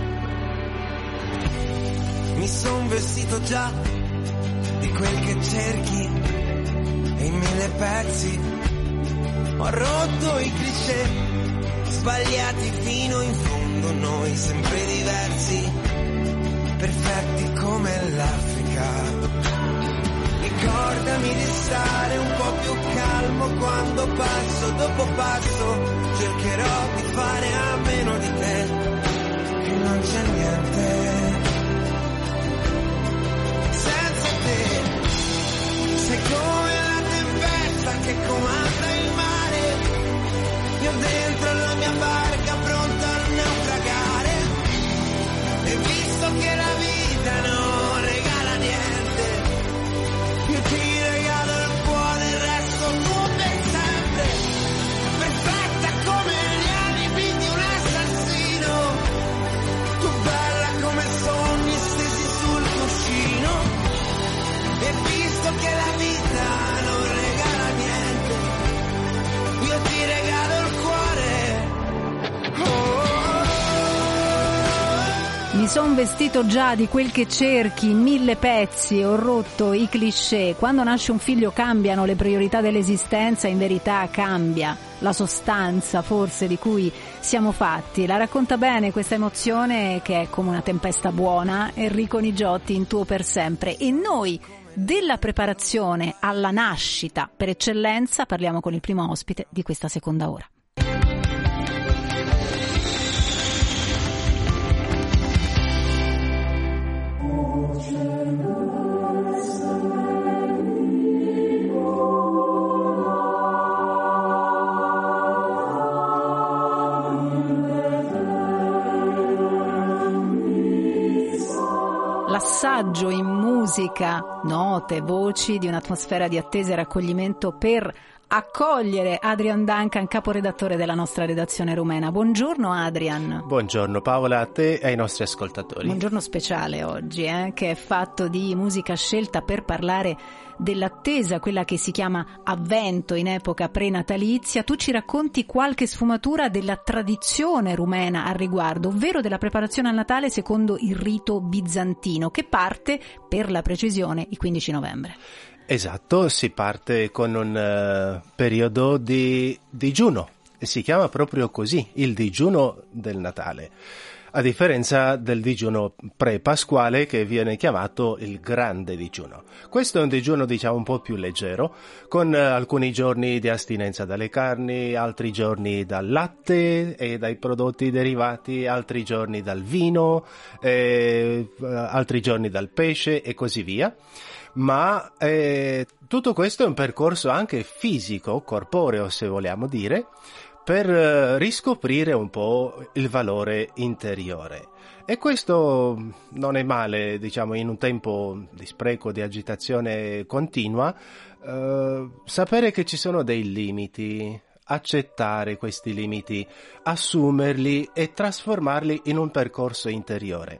Speaker 13: Mi son vestito già di quel che cerchi e in mille pezzi ho rotto i cliché, sbagliati fino in fondo, noi sempre diversi, perfetti come l'Africa. Ricordami di stare un po' più calmo quando passo dopo passo, cercherò di fare a meno di te, che non c'è niente senza te. Sei come la tempesta che comanda il mare, io dentro la mia barca pronta a naufragare. E visto che la vita non regala niente, io ti regalo il cuore, il resto tuo per sempre. Perfetta come gli alibi di un assassino, tu bella come sogni stesi sul cuscino. E visto che la vita non regala niente, io ti regalo il cuore. Oh.
Speaker 2: Mi son vestito già di quel che cerchi, in mille pezzi, ho rotto i cliché. Quando nasce un figlio cambiano le priorità dell'esistenza, in verità cambia la sostanza forse di cui siamo fatti. La racconta bene questa emozione che è come una tempesta buona Enrico Nigiotti in Tuo per sempre. E noi della preparazione alla nascita per eccellenza parliamo con il primo ospite di questa seconda ora. L'assaggio in musica, note, voci di un'atmosfera di attesa e raccoglimento per accogliere Adrian Duncan, caporedattore della nostra redazione rumena. Buongiorno Adrian.
Speaker 14: Buongiorno Paola, a te e ai nostri ascoltatori.
Speaker 2: Buongiorno speciale oggi, eh, che è fatto di musica scelta per parlare dell'attesa, quella che si chiama Avvento in epoca prenatalizia. Tu ci racconti qualche sfumatura della tradizione rumena al riguardo, ovvero della preparazione al Natale secondo il rito bizantino, che parte, per la precisione, il quindici novembre.
Speaker 14: Esatto, si parte con un uh, periodo di digiuno, si chiama proprio così, il digiuno del Natale, a differenza del digiuno pre-pasquale che viene chiamato il grande digiuno. Questo è un digiuno, diciamo, un po' più leggero, con uh, alcuni giorni di astinenza dalle carni, altri giorni dal latte e dai prodotti derivati, altri giorni dal vino, eh, uh, altri giorni dal pesce e così via. Ma eh, tutto questo è un percorso anche fisico, corporeo se vogliamo dire, per eh, riscoprire un po' il valore interiore. E questo non è male, diciamo, in un tempo di spreco, di agitazione continua, eh, sapere che ci sono dei limiti, accettare questi limiti, assumerli e trasformarli in un percorso interiore.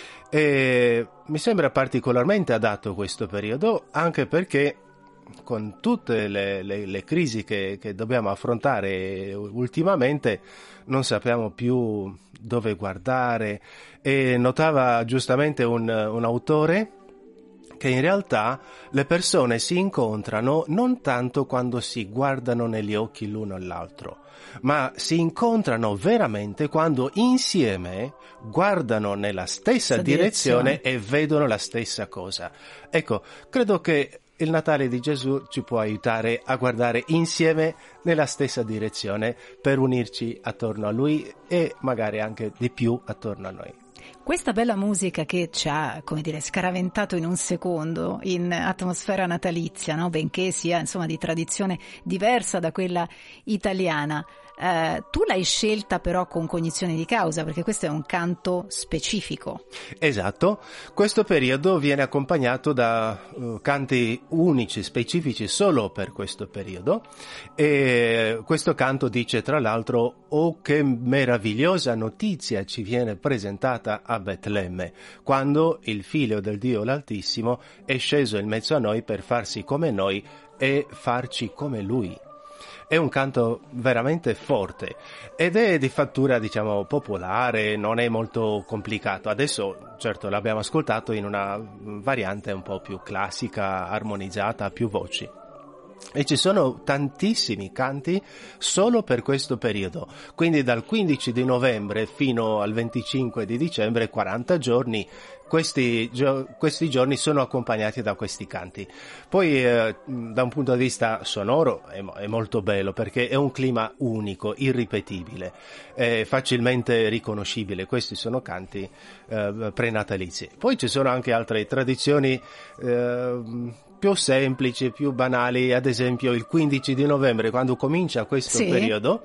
Speaker 14: E mi sembra particolarmente adatto questo periodo, anche perché con tutte le, le, le crisi che, che dobbiamo affrontare ultimamente non sappiamo più dove guardare, e notava giustamente un, un autore che in realtà le persone si incontrano non tanto quando si guardano negli occhi l'uno all'altro, ma si incontrano veramente quando insieme guardano nella stessa direzione, direzione e vedono la stessa cosa. Ecco, credo che il Natale di Gesù ci può aiutare a guardare insieme nella stessa direzione per unirci attorno a Lui e magari anche di più attorno a noi.
Speaker 2: Questa bella musica che ci ha, come dire, scaraventato in un secondo in atmosfera natalizia, no? Benché sia, insomma, di tradizione diversa da quella italiana. Eh, tu l'hai scelta però con cognizione di causa, perché questo è un canto specifico.
Speaker 14: Esatto, questo periodo viene accompagnato da uh, canti unici, specifici solo per questo periodo, e questo canto dice tra l'altro: oh, che meravigliosa notizia ci viene presentata a Betlemme, quando il figlio del Dio l'Altissimo è sceso in mezzo a noi per farsi come noi e farci come Lui. È un canto veramente forte ed è di fattura, diciamo, popolare, non è molto complicato. Adesso, certo, l'abbiamo ascoltato in una variante un po' più classica, armonizzata, a più voci. E ci sono tantissimi canti solo per questo periodo, quindi dal quindici di novembre fino al venticinque di dicembre, quaranta giorni, questi, gio- questi giorni sono accompagnati da questi canti. Poi eh, da un punto di vista sonoro è, è molto bello, perché è un clima unico, irripetibile, è facilmente riconoscibile. Questi sono canti eh, prenatalizi. Poi ci sono anche altre tradizioni eh, più semplici, più banali, ad esempio il quindici di novembre, quando comincia questo sì. periodo,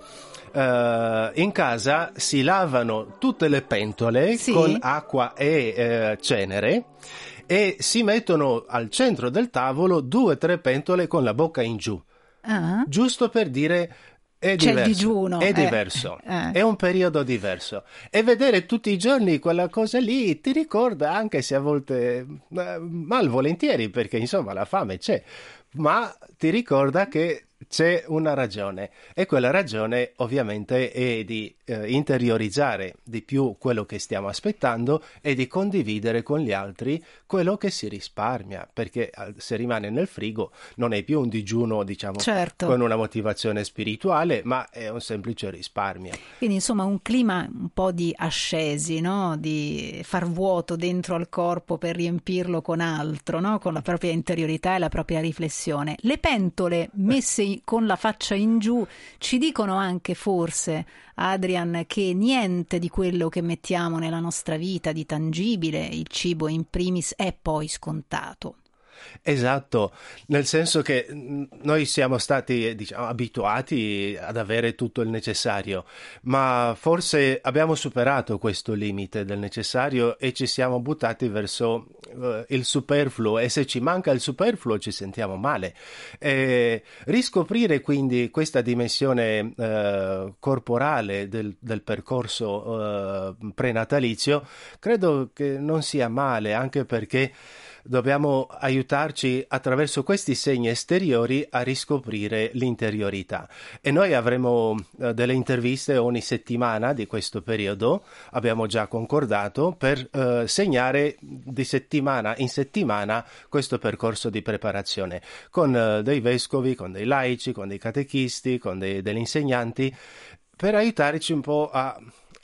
Speaker 14: uh, in casa si lavano tutte le pentole sì. con acqua e uh, cenere e si mettono al centro del tavolo due o tre pentole con la bocca in giù, uh-huh. giusto per dire è
Speaker 2: C'è
Speaker 14: diverso,
Speaker 2: il digiuno.
Speaker 14: è
Speaker 2: eh,
Speaker 14: diverso,
Speaker 2: eh.
Speaker 14: è un periodo diverso, e vedere tutti i giorni quella cosa lì ti ricorda, anche se a volte eh, malvolentieri, perché insomma la fame c'è, ma ti ricorda che c'è una ragione, e quella ragione ovviamente è di eh, interiorizzare di più quello che stiamo aspettando e di condividere con gli altri quello che si risparmia, perché se rimane nel frigo non è più un digiuno, diciamo, certo. con una motivazione spirituale, ma è un semplice risparmio.
Speaker 2: Quindi insomma un clima un po' di ascesi, no? Di far vuoto dentro al corpo per riempirlo con altro, no? Con la propria interiorità e la propria riflessione. Le pentole messe con la faccia in giù ci dicono anche, forse, Adrian, che niente di quello che mettiamo nella nostra vita di tangibile, il cibo in primis, è poi scontato.
Speaker 14: Esatto, nel senso che noi siamo stati, diciamo, abituati ad avere tutto il necessario, ma forse abbiamo superato questo limite del necessario e ci siamo buttati verso uh, il superfluo, e se ci manca il superfluo ci sentiamo male. E riscoprire quindi questa dimensione uh, corporale del, del percorso uh, prenatalizio credo che non sia male, anche perché dobbiamo aiutarci attraverso questi segni esteriori a riscoprire l'interiorità. E noi avremo uh, delle interviste ogni settimana di questo periodo, abbiamo già concordato, per uh, segnare di settimana in settimana questo percorso di preparazione con uh, dei vescovi, con dei laici, con dei catechisti, con dei, degli insegnanti, per aiutarci un po' a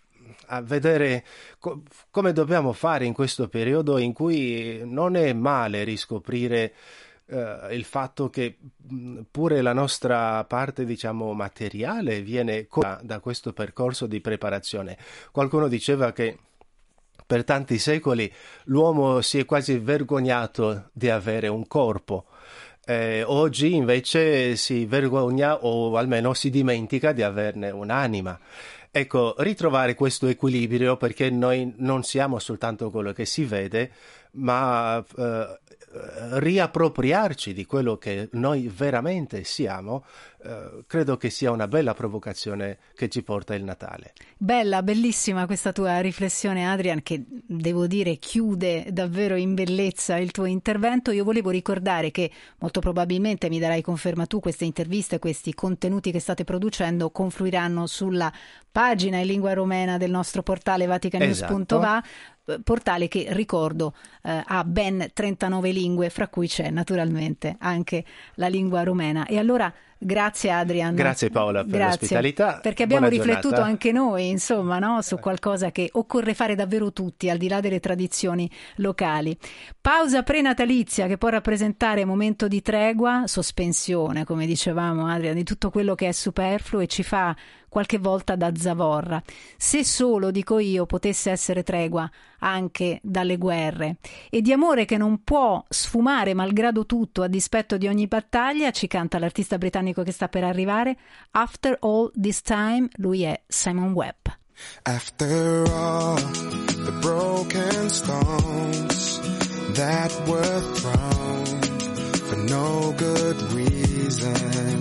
Speaker 14: a vedere co- come dobbiamo fare in questo periodo in cui non è male riscoprire uh, il fatto che mh, pure la nostra parte, diciamo, materiale viene co- da questo percorso di preparazione. Qualcuno diceva che per tanti secoli l'uomo si è quasi vergognato di avere un corpo. Eh, oggi invece si vergogna, o almeno si dimentica, di averne un'anima. Ecco, ritrovare questo equilibrio, perché noi non siamo soltanto quello che si vede, ma eh, riappropriarci di quello che noi veramente siamo, eh, credo che sia una bella provocazione che ci porta il Natale.
Speaker 2: Bella, bellissima questa tua riflessione, Adrian, che devo dire chiude davvero in bellezza il tuo intervento. Io volevo ricordare che molto probabilmente, mi darai conferma tu, queste interviste, questi contenuti che state producendo confluiranno sulla pagina in lingua romena del nostro portale vaticanews punto va, esatto. Portale che, ricordo, eh, ha ben trentanove lingue, fra cui c'è naturalmente anche la lingua romena. E allora grazie Adrian.
Speaker 14: Grazie Paola per
Speaker 2: grazie,
Speaker 14: l'ospitalità.
Speaker 2: perché abbiamo
Speaker 14: Buona
Speaker 2: riflettuto
Speaker 14: giornata.
Speaker 2: anche noi, insomma, no, su qualcosa che occorre fare davvero tutti, al di là delle tradizioni locali. Pausa prenatalizia che può rappresentare momento di tregua, sospensione, come dicevamo Adrian, di tutto quello che è superfluo e ci fa qualche volta da zavorra. Se solo, dico io, potesse essere tregua anche dalle guerre e di amore che non può sfumare malgrado tutto a dispetto di ogni battaglia, ci canta l'artista britannico che sta per arrivare. After All This Time, lui è Simon Webb.
Speaker 15: After all the broken stones that were thrown for no good reason,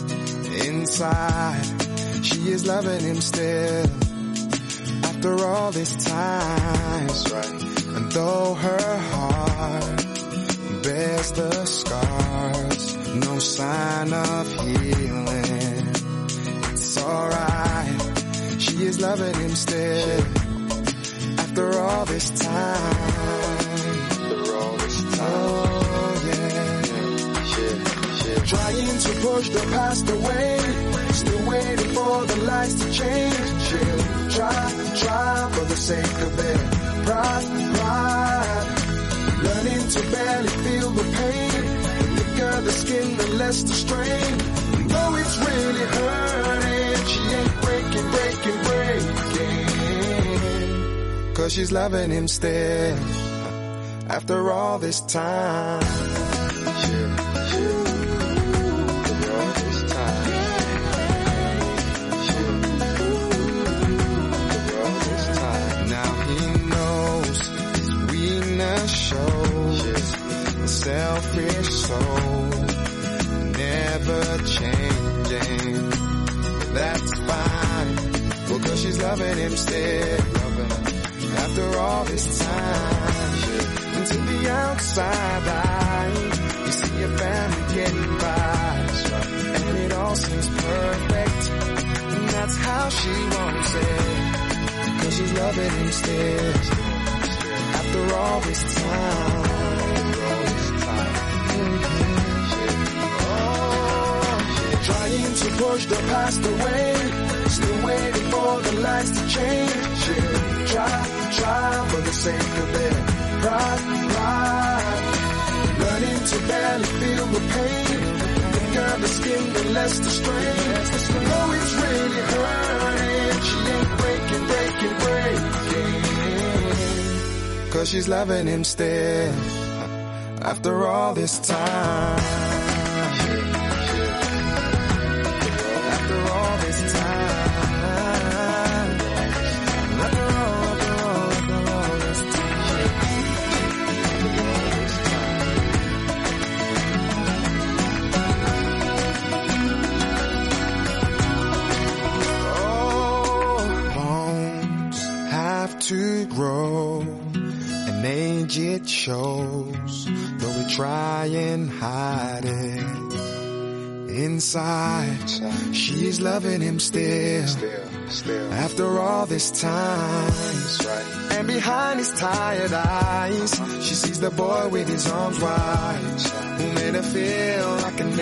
Speaker 15: inside she is loving him still. After all this time, that's right. And though her heart bears the scars, no sign of healing, it's alright. She is loving him still. After all this time, after all this time, oh yeah, yeah, yeah. Trying to push the past away, still waiting for the lights to change. She'll try, try for the sake of it. Pride, pride, learning to barely feel the pain. The thicker the skin, the less the strain. Though it's really hurting, she ain't breaking, breaking, breaking. Cause she's loving him still. After all this time. Selfish soul, never changing. That's fine, because she's loving him still. Loving him after all this time. And to the outside eye, you see a family getting by, and it all seems perfect. And that's how she wants it, because she's loving him still. After all this time. Trying to push the past away, still waiting for the lights to change. She'll try, try for the sake of it. Pride, pride, learning to barely feel the pain. The thicker the skin, the less the strain. Though it's really hurting, she ain't breaking, breaking, breaking. Cause she's loving him still. After all this time. change, it shows, though we try and hide it. Inside, she's loving him still, after all this time. And behind his tired eyes, she sees the boy with his arms wide, who made her feel like an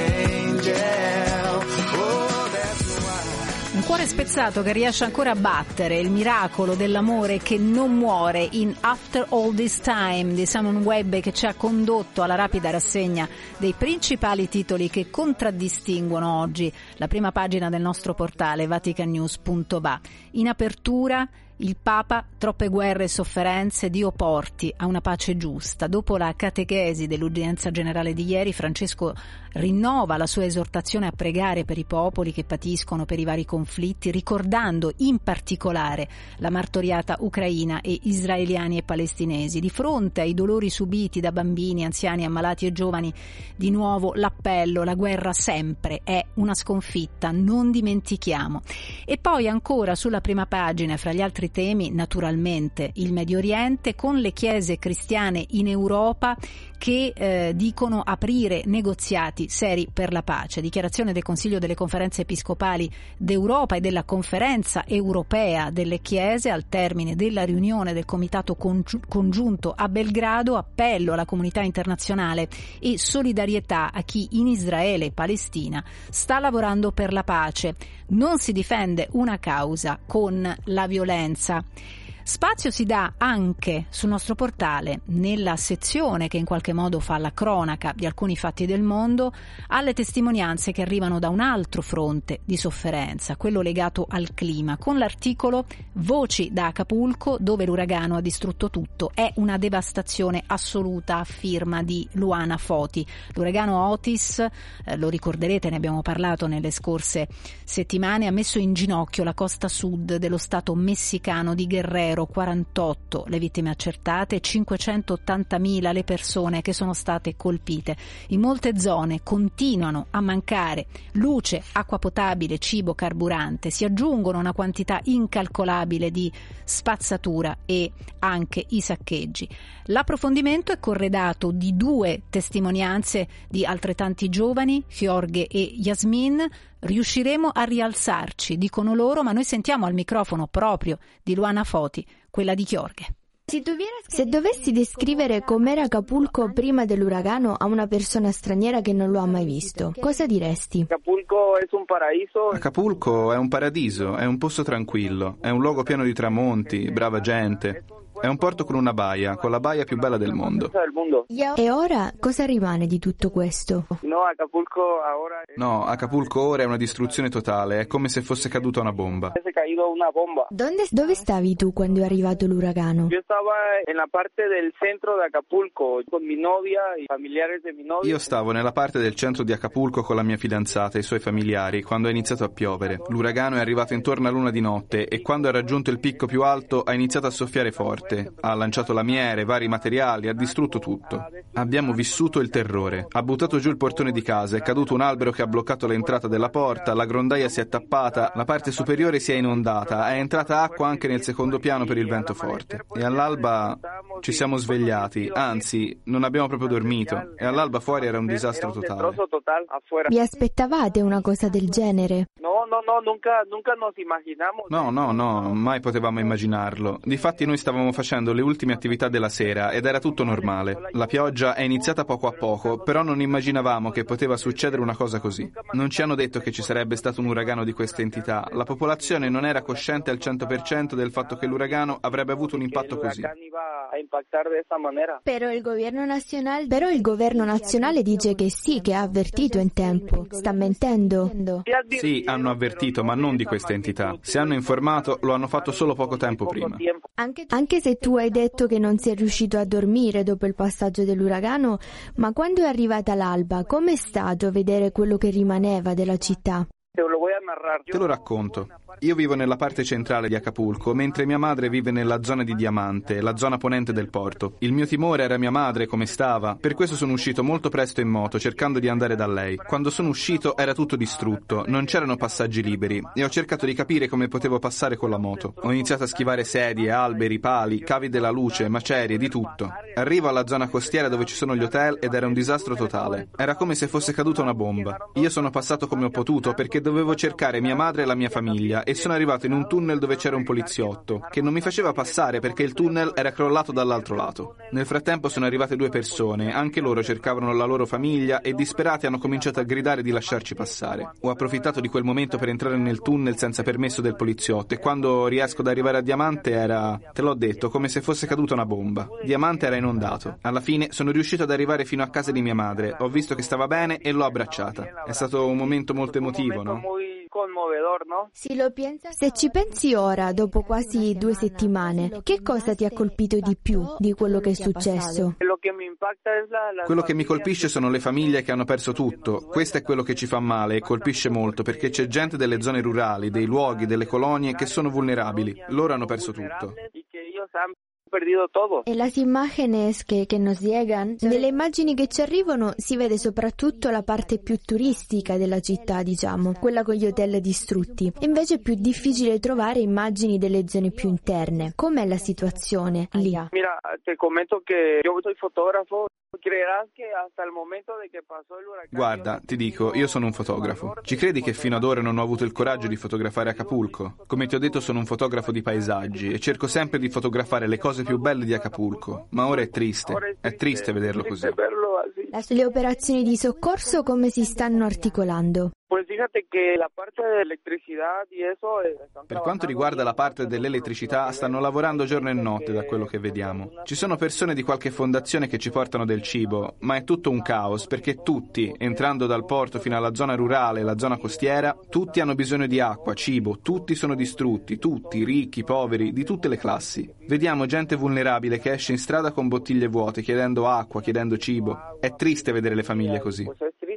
Speaker 15: angel. Oh, that's why.
Speaker 2: Un cuore spezzato che riesce ancora a battere, il miracolo dell'amore che non muore in After All This Time di Simon Webbe, che ci ha condotto alla rapida rassegna dei principali titoli che contraddistinguono oggi la prima pagina del nostro portale vatican news punto va. In apertura, il Papa, troppe guerre e sofferenze, Dio porti a una pace giusta. Dopo la catechesi dell'udienza generale di ieri, Francesco rinnova la sua esortazione a pregare per i popoli che patiscono per i vari conflitti, ricordando in particolare la martoriata ucraina e israeliani e palestinesi. Di fronte ai dolori subiti da bambini, anziani, ammalati e giovani, di nuovo l'appello: la guerra sempre è una sconfitta, non dimentichiamo. E poi ancora sulla prima pagina, fra gli altri temi, naturalmente il Medio Oriente, con le chiese cristiane in Europa che eh, dicono aprire negoziati seri per la pace. Dichiarazione del Consiglio delle Conferenze Episcopali d'Europa e della Conferenza Europea delle Chiese al termine della riunione del Comitato Congiunto a Belgrado. Appello alla comunità internazionale e solidarietà a chi in Israele e Palestina sta lavorando per la pace. Non si difende una causa con la violenza. Spazio si dà anche sul nostro portale, nella sezione che in qualche modo fa la cronaca di alcuni fatti del mondo, alle testimonianze che arrivano da un altro fronte di sofferenza, quello legato al clima, con l'articolo Voci da Acapulco, dove l'uragano ha distrutto tutto. È una devastazione assoluta, a firma di Luana Foti. L'uragano Otis, eh, lo ricorderete, ne abbiamo parlato nelle scorse settimane, ha messo in ginocchio la costa sud dello stato messicano di Guerrero. quarantotto le vittime accertate, cinquecentottantamila le persone che sono state colpite. In molte zone continuano a mancare luce, acqua potabile, cibo, carburante. Si aggiungono una quantità incalcolabile di spazzatura e anche i saccheggi. L'approfondimento è corredato di due testimonianze di altrettanti giovani, Jorge e Yasmin. Riusciremo a rialzarci, dicono loro, ma noi sentiamo al microfono proprio di Luana Foti quella di Jorge.
Speaker 16: Se dovessi descrivere com'era Acapulco prima dell'uragano a una persona straniera che non lo ha mai visto, cosa diresti?
Speaker 17: Acapulco è un paradiso.
Speaker 18: Acapulco è un paradiso, è un posto tranquillo, è un luogo pieno di tramonti, brava gente. È un porto con una baia, con la baia più bella del mondo.
Speaker 16: E ora cosa rimane di tutto questo?
Speaker 17: No, Acapulco ora è...
Speaker 18: No, Acapulco ora è una distruzione totale, è come se fosse caduta una bomba.
Speaker 17: Una bomba.
Speaker 16: Dove, dove stavi tu quando è arrivato l'uragano?
Speaker 17: Io stavo nella parte del centro di Acapulco con mia novia e i familiari di mia novia.
Speaker 18: Io stavo nella parte del centro di Acapulco con la mia fidanzata e i suoi familiari quando è iniziato a piovere. L'uragano è arrivato intorno a l'una di notte e quando ha raggiunto il picco più alto ha iniziato a soffiare forte. Ha lanciato lamiere, vari materiali, ha distrutto tutto. Abbiamo vissuto il terrore. Ha buttato giù il portone di casa, è caduto un albero che ha bloccato l'entrata della porta, la grondaia si è tappata, la parte superiore si è inondata, è entrata acqua anche nel secondo piano per il vento forte. E all'alba ci siamo svegliati, anzi, non abbiamo proprio dormito. E all'alba fuori era un disastro totale.
Speaker 16: Vi aspettavate una cosa del genere?
Speaker 17: No, no, no, nunca, nunca nos imaginamos.
Speaker 18: No, no, no, mai potevamo immaginarlo. Difatti noi stavamo facendo le ultime attività della sera ed era tutto normale. La pioggia è iniziata poco a poco, però non immaginavamo che poteva succedere una cosa così. Non ci hanno detto che ci sarebbe stato un uragano di questa entità. La popolazione non era cosciente al cento per cento del fatto che l'uragano avrebbe avuto un impatto così.
Speaker 16: Però il governo nazionale, però il governo nazionale dice che sì, che ha avvertito in tempo. Sta mentendo?
Speaker 18: Sì, hanno avvertito, ma non di questa entità. Se hanno informato, lo hanno fatto solo poco tempo prima.
Speaker 16: Anche, anche se tu hai detto che non sei riuscito a dormire dopo il passaggio dell'uragano, ma quando è arrivata l'alba, com'è stato vedere quello che rimaneva della città?
Speaker 18: Te lo racconto. Io vivo nella parte centrale di Acapulco, mentre mia madre vive nella zona di Diamante, la zona ponente del porto. Il mio timore era mia madre, come stava. Per questo sono uscito molto presto in moto, cercando di andare da lei. Quando sono uscito era tutto distrutto, non c'erano passaggi liberi e ho cercato di capire come potevo passare con la moto. Ho iniziato a schivare sedie, alberi, pali, cavi della luce, macerie, di tutto. Arrivo alla zona costiera dove ci sono gli hotel ed era un disastro totale. Era come se fosse caduta una bomba. Io sono passato come ho potuto perché dovevo cercare mia madre e la mia famiglia e sono arrivato in un tunnel dove c'era un poliziotto che non mi faceva passare perché il tunnel era crollato dall'altro lato. Nel frattempo sono arrivate due persone, anche loro cercavano la loro famiglia e disperati hanno cominciato a gridare di lasciarci passare. Ho approfittato di quel momento per entrare nel tunnel senza permesso del poliziotto e quando riesco ad arrivare a Diamante era, te l'ho detto, come se fosse caduta una bomba. Diamante era inondato. Alla fine sono riuscito ad arrivare fino a casa di mia madre, ho visto che stava bene e l'ho abbracciata. È stato un momento molto emotivo, no?
Speaker 16: Sì, lo pensa. Se ci pensi ora, dopo quasi due settimane, che cosa ti ha colpito di più di quello che è successo?
Speaker 18: Quello che mi colpisce sono le famiglie che hanno perso tutto. Questo è quello che ci fa male e colpisce molto perché c'è gente delle zone rurali, dei luoghi, delle colonie che sono vulnerabili. Loro hanno perso tutto.
Speaker 17: Perdido todo.
Speaker 16: E las imágenes che, che nos llegan, nelle immagini che ci arrivano si vede soprattutto la parte più turistica della città, diciamo, quella con gli hotel distrutti. Invece è più difficile trovare immagini delle zone più interne. Com'è la situazione lì?
Speaker 17: Mira, te comento che io sono fotografo. Creerás che hasta il momento de che passò il uragano.
Speaker 18: Guarda, ti dico, io sono un fotografo. Ci credi che fino ad ora non ho avuto il coraggio di fotografare Acapulco? Come ti ho detto, sono un fotografo di paesaggi e cerco sempre di fotografare le cose più belle di Acapulco. Ma ora è triste, è triste vederlo così.
Speaker 16: Le operazioni di soccorso come si stanno articolando?
Speaker 17: Pues fíjate che la parte dell'elettricità di eso
Speaker 18: Per quanto riguarda la parte dell'elettricità, stanno lavorando giorno e notte da quello che vediamo. Ci sono persone di qualche fondazione che ci portano del cibo, ma è tutto un caos perché tutti, entrando dal porto fino alla zona rurale e la zona costiera, tutti hanno bisogno di acqua, cibo, tutti sono distrutti, tutti, ricchi, poveri, di tutte le classi. Vediamo gente vulnerabile che esce in strada con bottiglie vuote, chiedendo acqua, chiedendo cibo. È triste vedere le famiglie così.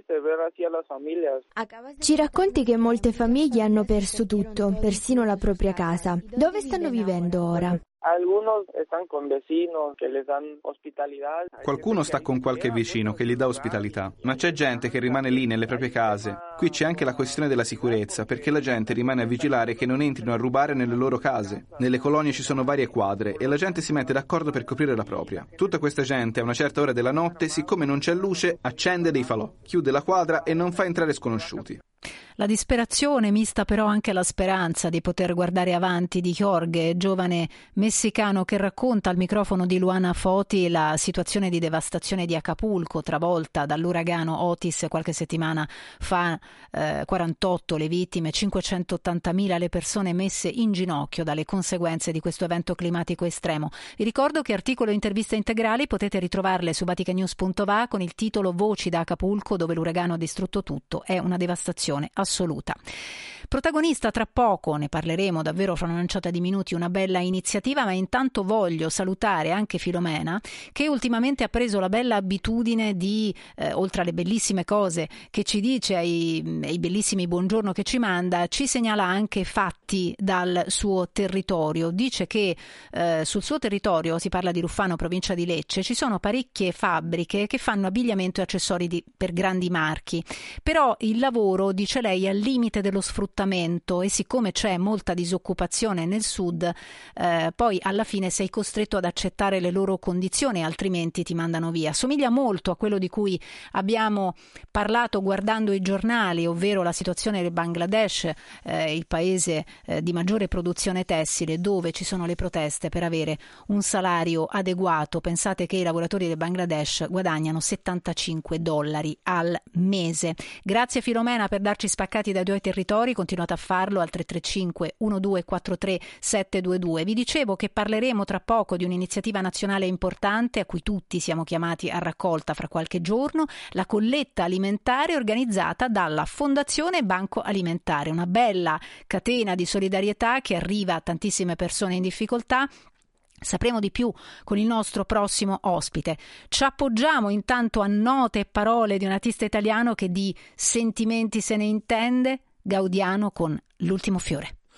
Speaker 16: Ci racconti che molte famiglie hanno perso tutto, persino la propria casa. Dove stanno vivendo ora?
Speaker 17: Algunos están con vecinos que les dan hospitalidad.
Speaker 18: Qualcuno sta con qualche vicino che gli dà ospitalità, ma c'è gente che rimane lì nelle proprie case. Qui c'è anche la questione della sicurezza, perché la gente rimane a vigilare che non entrino a rubare nelle loro case. Nelle colonie ci sono varie quadre e la gente si mette d'accordo per coprire la propria. Tutta questa gente a una certa ora della notte, siccome non c'è luce, accende dei falò, chiude la quadra e non fa entrare sconosciuti.
Speaker 2: La disperazione, mista però anche la speranza di poter guardare avanti, di Jorge, giovane messicano che racconta al microfono di Luana Foti la situazione di devastazione di Acapulco, travolta dall'uragano Otis qualche settimana fa, eh, quarantotto le vittime, cinquecentottantamila le persone messe in ginocchio dalle conseguenze di questo evento climatico estremo. Vi ricordo che articolo e interviste integrali potete ritrovarle su vaticanews punto va con il titolo Voci da Acapulco, dove l'uragano ha distrutto tutto, è una devastazione assoluta. Protagonista tra poco, ne parleremo davvero fra una manciata di minuti, una bella iniziativa, ma intanto voglio salutare anche Filomena che ultimamente ha preso la bella abitudine di, eh, oltre alle bellissime cose che ci dice, ai, ai bellissimi buongiorno che ci manda, ci segnala anche fatti dal suo territorio. Dice che eh, sul suo territorio, si parla di Ruffano, provincia di Lecce, ci sono parecchie fabbriche che fanno abbigliamento e accessori di, per grandi marchi, però il lavoro, dice lei, è al limite dello sfruttamento e siccome c'è molta disoccupazione nel sud, eh, poi alla fine sei costretto ad accettare le loro condizioni, altrimenti ti mandano via. Somiglia molto a quello di cui abbiamo parlato guardando i giornali, ovvero la situazione del Bangladesh, eh, il paese eh, di maggiore produzione tessile, dove ci sono le proteste per avere un salario adeguato. Pensate che i lavoratori del Bangladesh guadagnano settantacinque dollari al mese. Grazie Filomena per darci spaccati dai due territori, continuate a farlo al tre tre cinque uno due quattro tre sette due due. Vi dicevo che parleremo tra poco di un'iniziativa nazionale importante a cui tutti siamo chiamati a raccolta fra qualche giorno, la colletta alimentare organizzata dalla Fondazione Banco Alimentare, una bella catena di solidarietà che arriva a tantissime persone in difficoltà. Sapremo di più con il nostro prossimo ospite. Ci appoggiamo intanto a note e parole di un artista italiano che di sentimenti se ne intende, Gaudiano con L'ultimo fiore.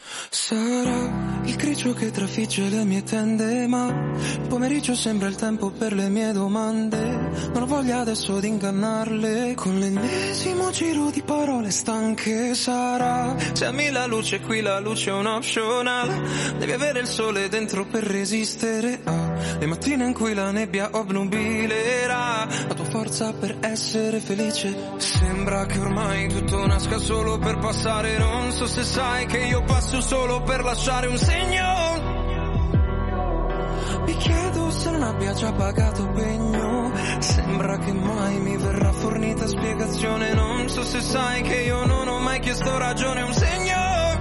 Speaker 19: Sarà il grigio che trafigge le mie tende, ma il pomeriggio sembra il tempo per le mie domande. Non ho voglia adesso di ingannarle con l'ennesimo giro di parole stanche. Sarà se ami la luce, qui la luce è un optional. Devi avere il sole dentro per resistere alle mattine in cui la nebbia obnubilerà la tua forza per essere felice. Sembra che ormai tutto nasca solo per passare. Non so se sai che io passo solo per lasciare un segno. Mi chiedo se non abbia già pagato pegno. Sembra che mai mi verrà fornita spiegazione. Non so se sai che io non ho mai chiesto ragione. Un segno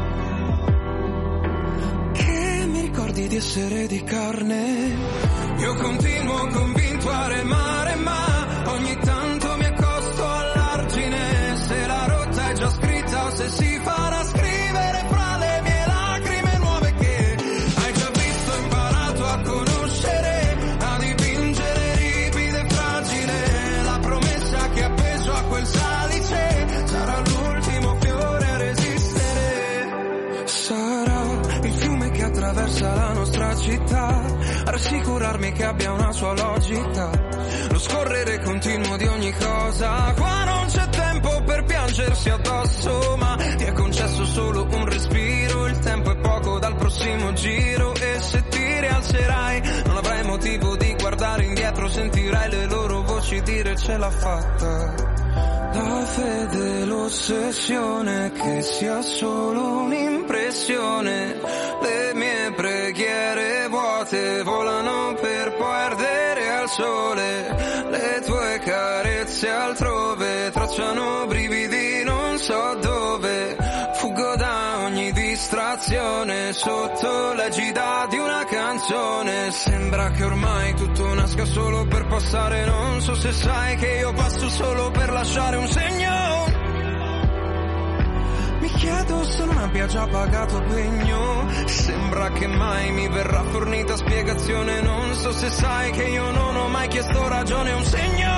Speaker 19: che mi ricordi di essere di carne. Io continuo convinto a remare, ma ogni tanto mi accosto all'argine. Se la rotta è già scritta o se si farà scrivere fra le mie lacrime nuove che hai già visto, imparato a conoscere, a dipingere ripida e fragile. La promessa che appeso a quel salice sarà l'ultimo fiore a resistere. Sarà il fiume che attraversa la nostra città a rassicurarmi che abbia una sua logica. Lo scorrere continuo di ogni cosa. Qua non c'è tempo per piangersi addosso, ma ti è concesso solo un respiro. Il tempo è poco dal prossimo giro e se ti rialzerai non avrai motivo di guardare indietro. Sentirai le loro voci dire ce l'ha fatta. La fede, l'ossessione, che sia solo un'impressione. Le mie preghiere vuote volano per poi ardere al sole. Le tue carezze altrove tracciano brividi non so dove. Fuggo da ogni distrazione sotto l'egida di una canzone. Sembra che ormai tutto nasca solo per passare. Non so se sai che io passo solo per lasciare un segno. Mi chiedo se non abbia già pagato pegno. Sembra che mai mi verrà fornita spiegazione. Non so se sai che io non ho mai chiesto ragione. Un segno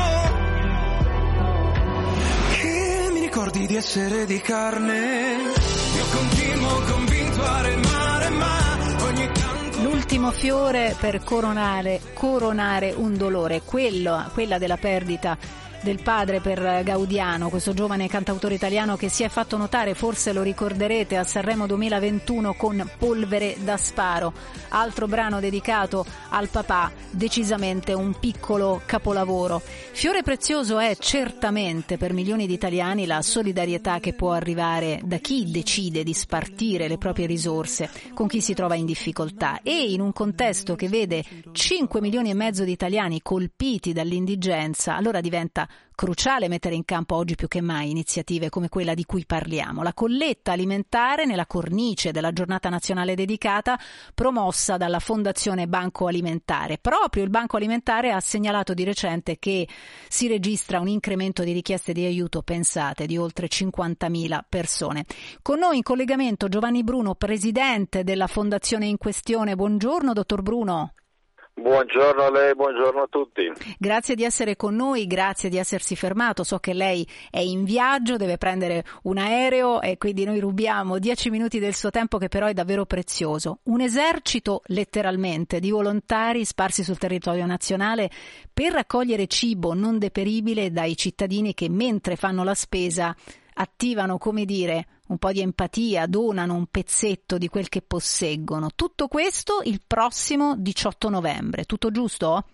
Speaker 19: che mi ricordi di essere di carne. Io continuo convinto a remare, ma ogni tanto...
Speaker 2: L'ultimo fiore per coronare, coronare un dolore, quello, quella della perdita del padre per Gaudiano, questo giovane cantautore italiano che si è fatto notare, forse lo ricorderete, a Sanremo duemilaventuno con Polvere da sparo, altro brano dedicato al papà, decisamente un piccolo capolavoro. Fiore prezioso è certamente per milioni di italiani la solidarietà che può arrivare da chi decide di spartire le proprie risorse con chi si trova in difficoltà, e in un contesto che vede cinque milioni e mezzo di italiani colpiti dall'indigenza, allora diventa cruciale mettere in campo oggi più che mai iniziative come quella di cui parliamo. La colletta alimentare nella cornice della giornata nazionale dedicata, promossa dalla Fondazione Banco Alimentare. Proprio il Banco Alimentare ha segnalato di recente che si registra un incremento di richieste di aiuto, pensate, di oltre cinquantamila persone. Con noi in collegamento Giovanni Bruno, presidente della fondazione in questione. Buongiorno, dottor Bruno.
Speaker 20: Buongiorno a lei, buongiorno a tutti.
Speaker 2: Grazie di essere con noi, grazie di essersi fermato. So che lei è in viaggio, deve prendere un aereo e quindi noi rubiamo dieci minuti del suo tempo, che però è davvero prezioso. Un esercito letteralmente di volontari sparsi sul territorio nazionale per raccogliere cibo non deperibile dai cittadini che mentre fanno la spesa attivano, come dire, un po' di empatia, donano un pezzetto di quel che posseggono. Tutto questo il prossimo diciotto novembre, tutto giusto?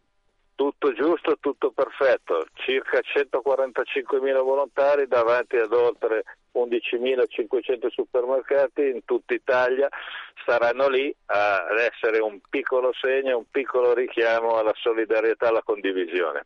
Speaker 20: Tutto giusto, tutto perfetto. Circa centoquarantacinquemila volontari davanti ad oltre undicimilacinquecento supermercati in tutta Italia saranno lì ad essere un piccolo segno, un piccolo richiamo alla solidarietà, alla condivisione.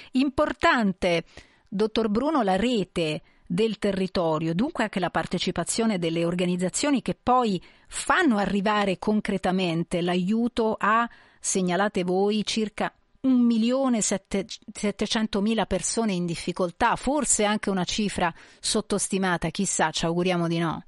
Speaker 2: Importante, dottor Bruno, la rete del territorio, dunque anche la partecipazione delle organizzazioni che poi fanno arrivare concretamente l'aiuto a, segnalate voi, circa un milione settecentomila persone in difficoltà, forse anche una cifra sottostimata, chissà, ci auguriamo di no.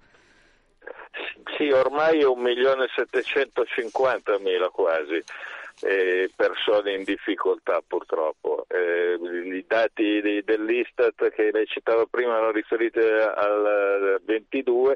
Speaker 20: Sì, ormai un milione settecentocinquantamila quasi. Eh, persone in difficoltà purtroppo. Eh, I dati di, dell'Istat che lei citava prima erano riferiti al ventidue,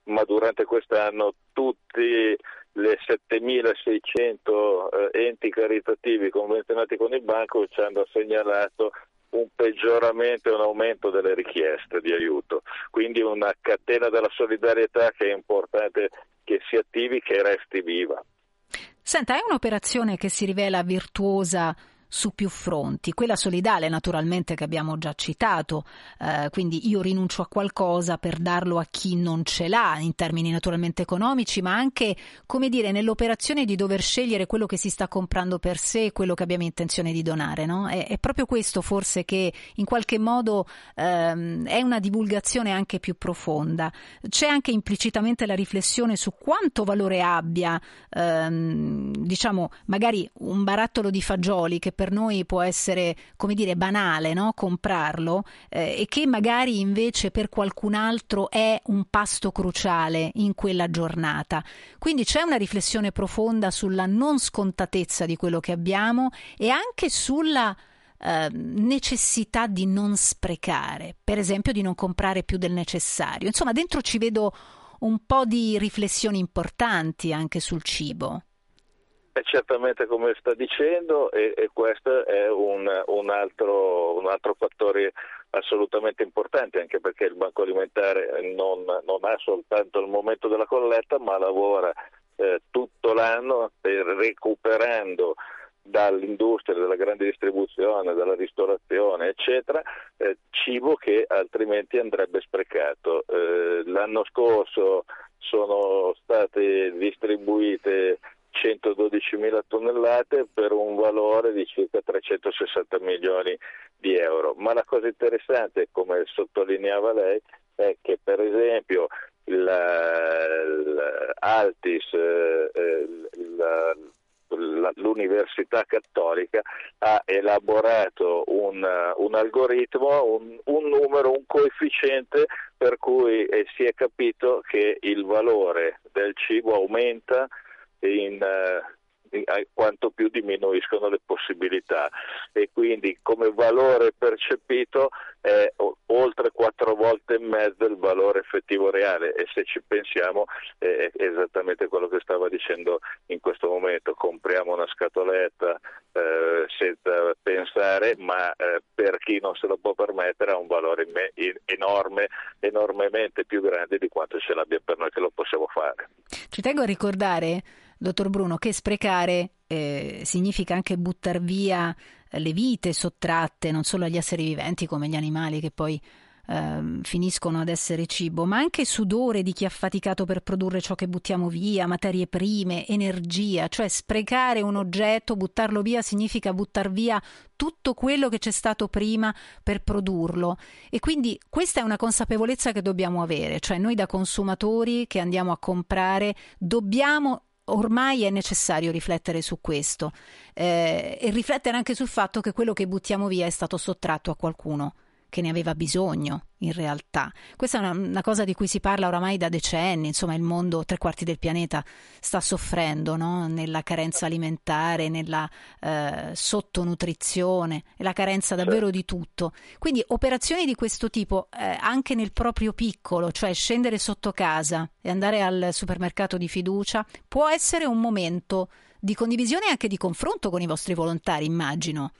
Speaker 20: ma durante quest'anno tutti le settemilaseicento eh, enti caritativi convenzionati con il banco ci hanno segnalato un peggioramento e un aumento delle richieste di aiuto, quindi una catena della solidarietà che è importante che si attivi, che resti viva.
Speaker 2: Senta, è un'operazione che si rivela virtuosa su più fronti, quella solidale naturalmente che abbiamo già citato, eh, quindi io rinuncio a qualcosa per darlo a chi non ce l'ha in termini naturalmente economici, ma anche, come dire, nell'operazione di dover scegliere quello che si sta comprando per sé e quello che abbiamo intenzione di donare, no? È, è proprio questo forse che in qualche modo ehm, è una divulgazione anche più profonda. C'è anche implicitamente la riflessione su quanto valore abbia ehm, diciamo magari un barattolo di fagioli che per noi può essere, come dire, banale, no? Comprarlo, eh, e che magari invece per qualcun altro è un pasto cruciale in quella giornata. Quindi c'è una riflessione profonda sulla non scontatezza di quello che abbiamo e anche sulla eh, necessità di non sprecare, per esempio di non comprare più del necessario. Insomma, dentro ci vedo un po' di riflessioni importanti anche sul cibo.
Speaker 20: È certamente come sta dicendo e, e questo è un, un, altro, un altro fattore assolutamente importante, anche perché il Banco Alimentare non, non ha soltanto il momento della colletta, ma lavora eh, tutto l'anno per, recuperando dall'industria, dalla grande distribuzione, dalla ristorazione, eccetera, eh, cibo che altrimenti andrebbe sprecato. Eh, l'anno scorso sono state distribuite centododicimila tonnellate per un valore di circa trecentosessanta milioni di euro. Ma la cosa interessante, come sottolineava lei, è che per esempio l'Altis, l'Università Cattolica ha elaborato un, un algoritmo, un, un numero, un coefficiente per cui eh, si è capito che il valore del cibo aumenta in, uh, in uh, quanto più diminuiscono le possibilità, e quindi come valore percepito è o, oltre quattro volte e mezzo il valore effettivo reale, e se ci pensiamo è esattamente quello che stava dicendo in questo momento: compriamo una scatoletta eh, senza pensare, ma eh, per chi non se lo può permettere ha un valore in, in, enorme, enormemente più grande di quanto ce l'abbia per noi che lo possiamo fare.
Speaker 2: Ci tengo a ricordare, dottor Bruno, che sprecare eh, significa anche buttar via le vite sottratte non solo agli esseri viventi come gli animali che poi eh, finiscono ad essere cibo, ma anche sudore di chi ha faticato per produrre ciò che buttiamo via, materie prime, energia. Cioè sprecare un oggetto, buttarlo via, significa buttar via tutto quello che c'è stato prima per produrlo, e quindi questa è una consapevolezza che dobbiamo avere, cioè noi da consumatori che andiamo a comprare dobbiamo, ormai è necessario riflettere su questo eh, e riflettere anche sul fatto che quello che buttiamo via è stato sottratto a qualcuno che ne aveva bisogno in realtà. Questa è una, una cosa di cui si parla oramai da decenni, insomma il mondo, tre quarti del pianeta sta soffrendo, no? Nella carenza alimentare, nella eh, sottonutrizione, e la carenza davvero di tutto. Quindi operazioni di questo tipo eh, anche nel proprio piccolo, cioè scendere sotto casa e andare al supermercato di fiducia, può essere un momento di condivisione e anche di confronto con i vostri volontari, immagino.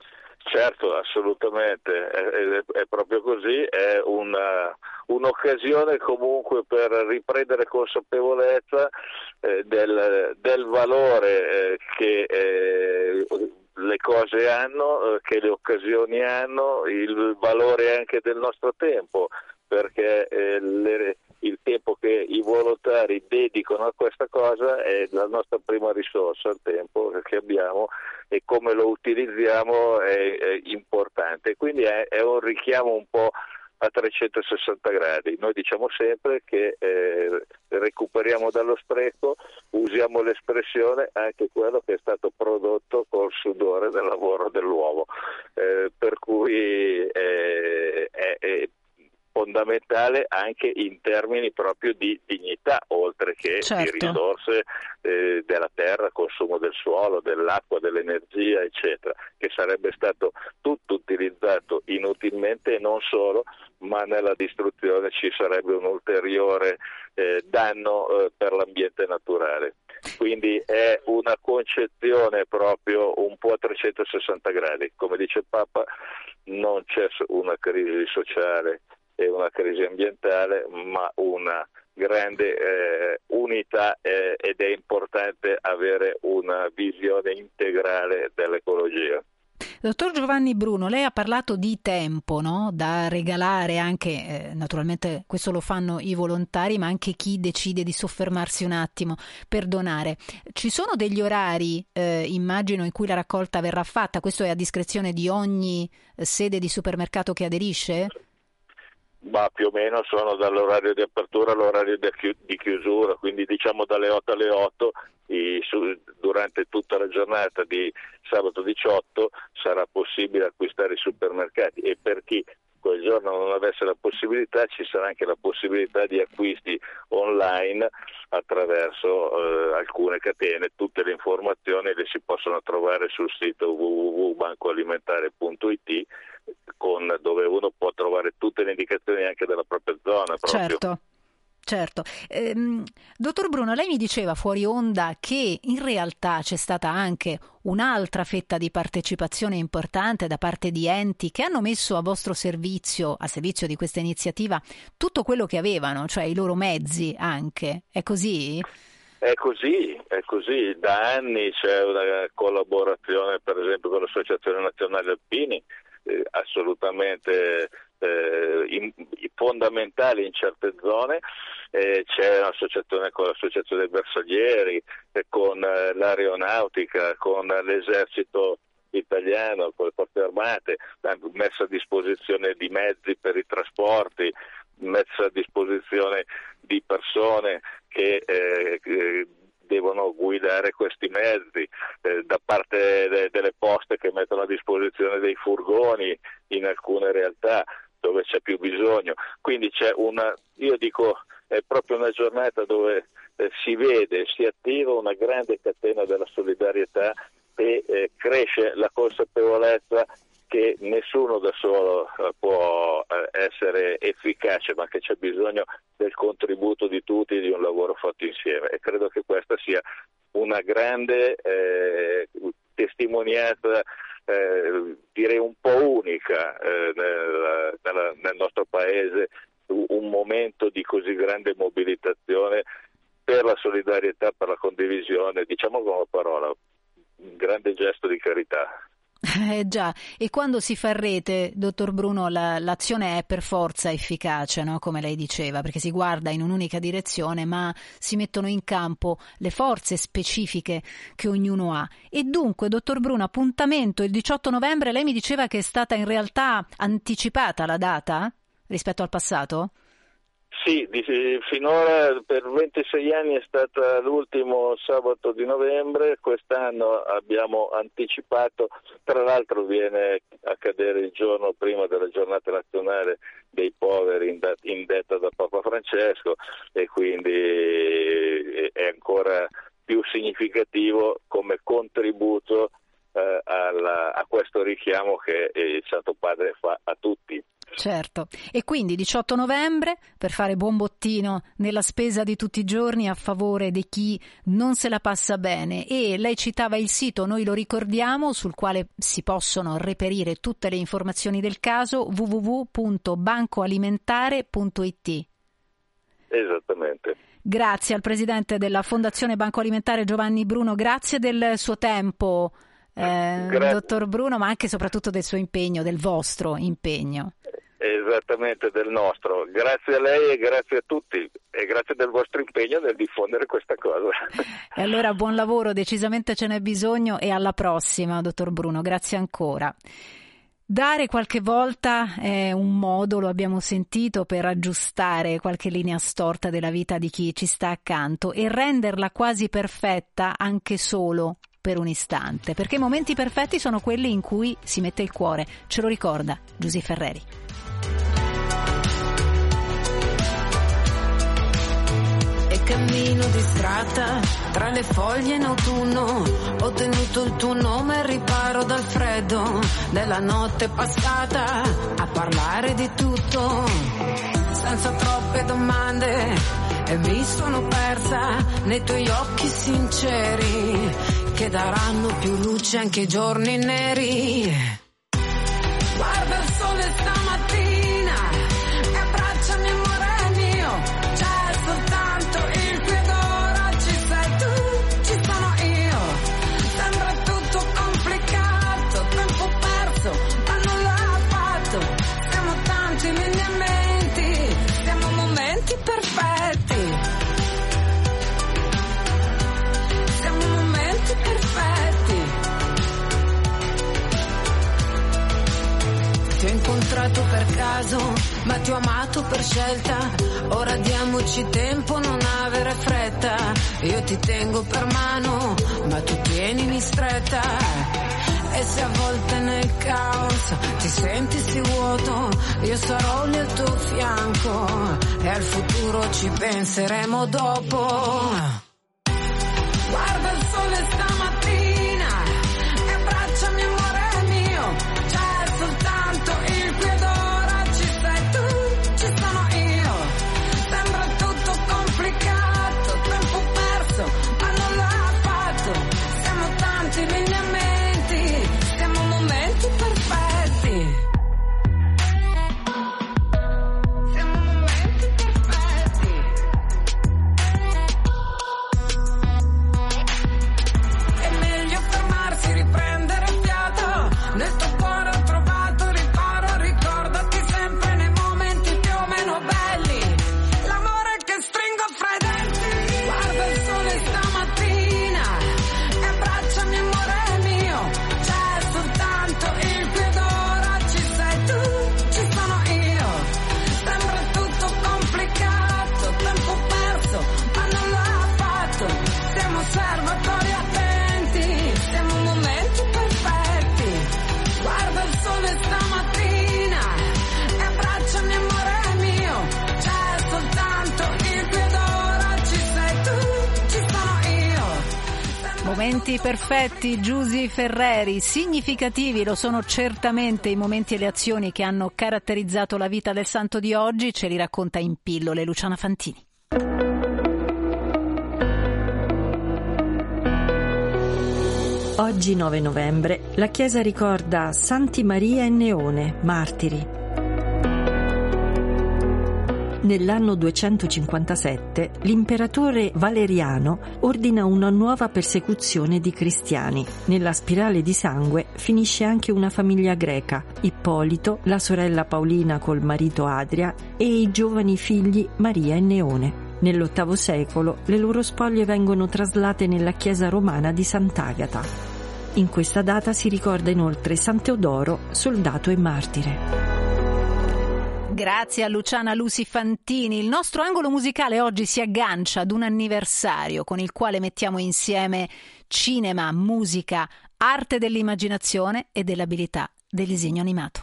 Speaker 20: Certo, assolutamente, è, è, è proprio così, è una, un'occasione comunque per riprendere consapevolezza eh, del, del valore eh, che eh, le cose hanno, eh, che le occasioni hanno, il valore anche del nostro tempo, perché eh, le, il tempo che i volontari dedicano a questa cosa è la nostra prima risorsa, il tempo che abbiamo, e come lo utilizziamo è, è importante. Quindi è, è un richiamo un po' a trecentosessanta gradi. Noi diciamo sempre che eh, recuperiamo dallo spreco, usiamo l'espressione anche quello che è stato prodotto col sudore del lavoro dell'uomo, eh, per cui eh, è, è fondamentale anche in termini proprio di dignità, oltre che
Speaker 2: certo.
Speaker 20: di risorse eh, della terra, consumo del suolo, dell'acqua, dell'energia, eccetera, che sarebbe stato tutto utilizzato inutilmente, e non solo, ma nella distruzione ci sarebbe un ulteriore eh, danno eh, per l'ambiente naturale. Quindi è una concezione proprio un po' a trecentosessanta gradi. Come dice il Papa, non c'è una crisi sociale e una crisi ambientale, ma una grande eh, unità eh, ed è importante avere una visione integrale dell'ecologia.
Speaker 2: Dottor Giovanni Bruno, lei ha parlato di tempo, no? Da regalare anche, eh, naturalmente questo lo fanno i volontari, ma anche chi decide di soffermarsi un attimo per donare. Ci sono degli orari, eh, immagino, in cui la raccolta verrà fatta? Questo è a discrezione di ogni sede di supermercato che aderisce?
Speaker 20: Ma più o meno sono dall'orario di apertura all'orario di chiusura, quindi diciamo dalle otto alle otto. I, su, durante tutta la giornata di sabato diciotto sarà possibile acquistare i supermercati, e per chi quel giorno non avesse la possibilità ci sarà anche la possibilità di acquisti online attraverso eh, alcune catene. Tutte le informazioni le si possono trovare sul sito w w w punto banco alimentare punto i t, con, dove uno può trovare tutte le indicazioni anche della propria zona proprio.
Speaker 2: Certo. Certo. Ehm, dottor Bruno, lei mi diceva fuori onda che in realtà c'è stata anche un'altra fetta di partecipazione importante da parte di enti che hanno messo a vostro servizio, a servizio di questa iniziativa, tutto quello che avevano, cioè i loro mezzi anche. È così?
Speaker 20: È così, è così. Da anni c'è una collaborazione, per esempio, con l'Associazione Nazionale Alpini, eh, assolutamente eh, in, fondamentali in certe zone. Eh, c'è un'associazione con l'Associazione dei Bersaglieri, eh, con eh, l'aeronautica, con l'esercito italiano, con le forze armate, messa a disposizione di mezzi per i trasporti, messa a disposizione di persone che eh, eh, devono guidare questi mezzi, eh, da parte de- delle poste che mettono a disposizione dei furgoni in alcune realtà dove c'è più bisogno. Quindi c'è una, io dico, è proprio una giornata dove eh, si vede, si attiva una grande catena della solidarietà e eh, cresce la consapevolezza che nessuno da solo eh, può eh, essere efficace, ma che c'è bisogno del contributo di tutti e di un lavoro fatto insieme, e credo che questa sia una grande eh, testimonianza, eh, direi un po' unica eh, nel, nel, nel nostro paese, un momento di così grande mobilitazione per la solidarietà, per la condivisione, diciamo con una parola, un grande gesto di carità.
Speaker 2: Eh già, e quando si fa rete, dottor Bruno, la, l'azione è per forza efficace, no? Come lei diceva, perché si guarda in un'unica direzione, ma si mettono in campo le forze specifiche che ognuno ha. E dunque, dottor Bruno, appuntamento il diciotto novembre, lei mi diceva che è stata in realtà anticipata la data rispetto al passato?
Speaker 20: Sì, finora per ventisei anni è stata l'ultimo sabato di novembre, quest'anno abbiamo anticipato, tra l'altro viene a cadere il giorno prima della giornata nazionale dei poveri indetta da Papa Francesco, e quindi è ancora più significativo come contributo eh, alla, a questo richiamo che il Santo Padre fa a tutti.
Speaker 2: Certo, e quindi diciotto novembre per fare buon bottino nella spesa di tutti i giorni a favore di chi non se la passa bene. E lei citava il sito, noi lo ricordiamo, sul quale si possono reperire tutte le informazioni del caso, w w w punto banco alimentare punto i t.
Speaker 20: Esattamente.
Speaker 2: Grazie al presidente della Fondazione Banco Alimentare Giovanni Bruno, grazie del suo tempo eh, dottor Bruno, ma anche e soprattutto del suo impegno, del vostro impegno.
Speaker 20: Esattamente, del nostro. Grazie a lei e grazie a tutti, e grazie del vostro impegno nel diffondere questa cosa.
Speaker 2: E allora buon lavoro, decisamente ce n'è bisogno, e alla prossima, dottor Bruno, grazie ancora. Dare qualche volta è un modo, lo abbiamo sentito, per aggiustare qualche linea storta della vita di chi ci sta accanto e renderla quasi perfetta anche solo per un istante, perché i momenti perfetti sono quelli in cui si mette il cuore. Ce lo ricorda Giusy Ferreri.
Speaker 8: Cammino distratta tra le foglie in autunno, ho tenuto il tuo nome al riparo dal freddo della notte passata, a parlare di tutto senza troppe domande, e mi sono persa nei tuoi occhi sinceri che daranno più luce anche ai giorni neri. Guarda il sole stamattina e abbracciami amore mio, c'è soltanto il qui ed ora, ci sei tu, ci sono io. Sembra tutto complicato, tempo perso, ma non l'ha fatto. Siamo tanti lineamenti, siamo momenti perfetti. Siamo momenti perfetti. Ti ho incontrato per caso, ma ti ho amato per scelta. Ora diamoci tempo, non avere fretta. Io ti tengo per mano, ma tu tienimi stretta. E se a volte nel caos ti senti sì vuoto, io sarò lì al tuo fianco e al futuro ci penseremo dopo. Guarda il sole stamattina e abbracciami amore mio, c'è soltanto il qui ed ora, ci sei tu, ci sono io. Sembra tutto complicato, tempo perso, ma non l'ha fatto. Siamo tanti lineamenti, siamo momenti perfetti. Siamo momenti perfetti. È meglio fermarsi, riprendere fiato. Nel tuo cuore ho trovato riparo, ricordati sempre nei momenti più o meno belli l'amore che stringo fra i denti. Guarda il sole stamattina e abbracciami amore mio, c'è soltanto il qui ed ora, ci sei tu, ci sono io. Sembra tutto complicato, tempo perso, ma non l'ha fatto. Siamo osservatori attenti, siamo momenti perfetti. Guarda il sole stamattina e abbracciami amore mio, c'è soltanto il qui ed ora, ci sei tu, ci sono io.
Speaker 2: Momenti perfetti, Giusy Ferreri. Significativi lo sono certamente i momenti e le azioni che hanno caratterizzato la vita del santo di oggi. Ce li racconta in pillole Luciana Fantini.
Speaker 21: Oggi nove novembre la Chiesa ricorda Santi Maria e Neone, martiri. Nell'anno duecentocinquantasette l'imperatore Valeriano ordina una nuova persecuzione di cristiani. Nella spirale di sangue finisce anche una famiglia greca, Ippolito, la sorella Paolina col marito Adria e i giovani figli Maria e Neone. Nell'ottavo secolo le loro spoglie vengono traslate nella chiesa romana di Sant'Agata. In questa data si ricorda inoltre San Teodoro, soldato e martire.
Speaker 2: Grazie a Luciana Lusi Fantini. Il nostro angolo musicale oggi si aggancia ad un anniversario con il quale mettiamo insieme cinema, musica, arte dell'immaginazione e dell'abilità del disegno animato.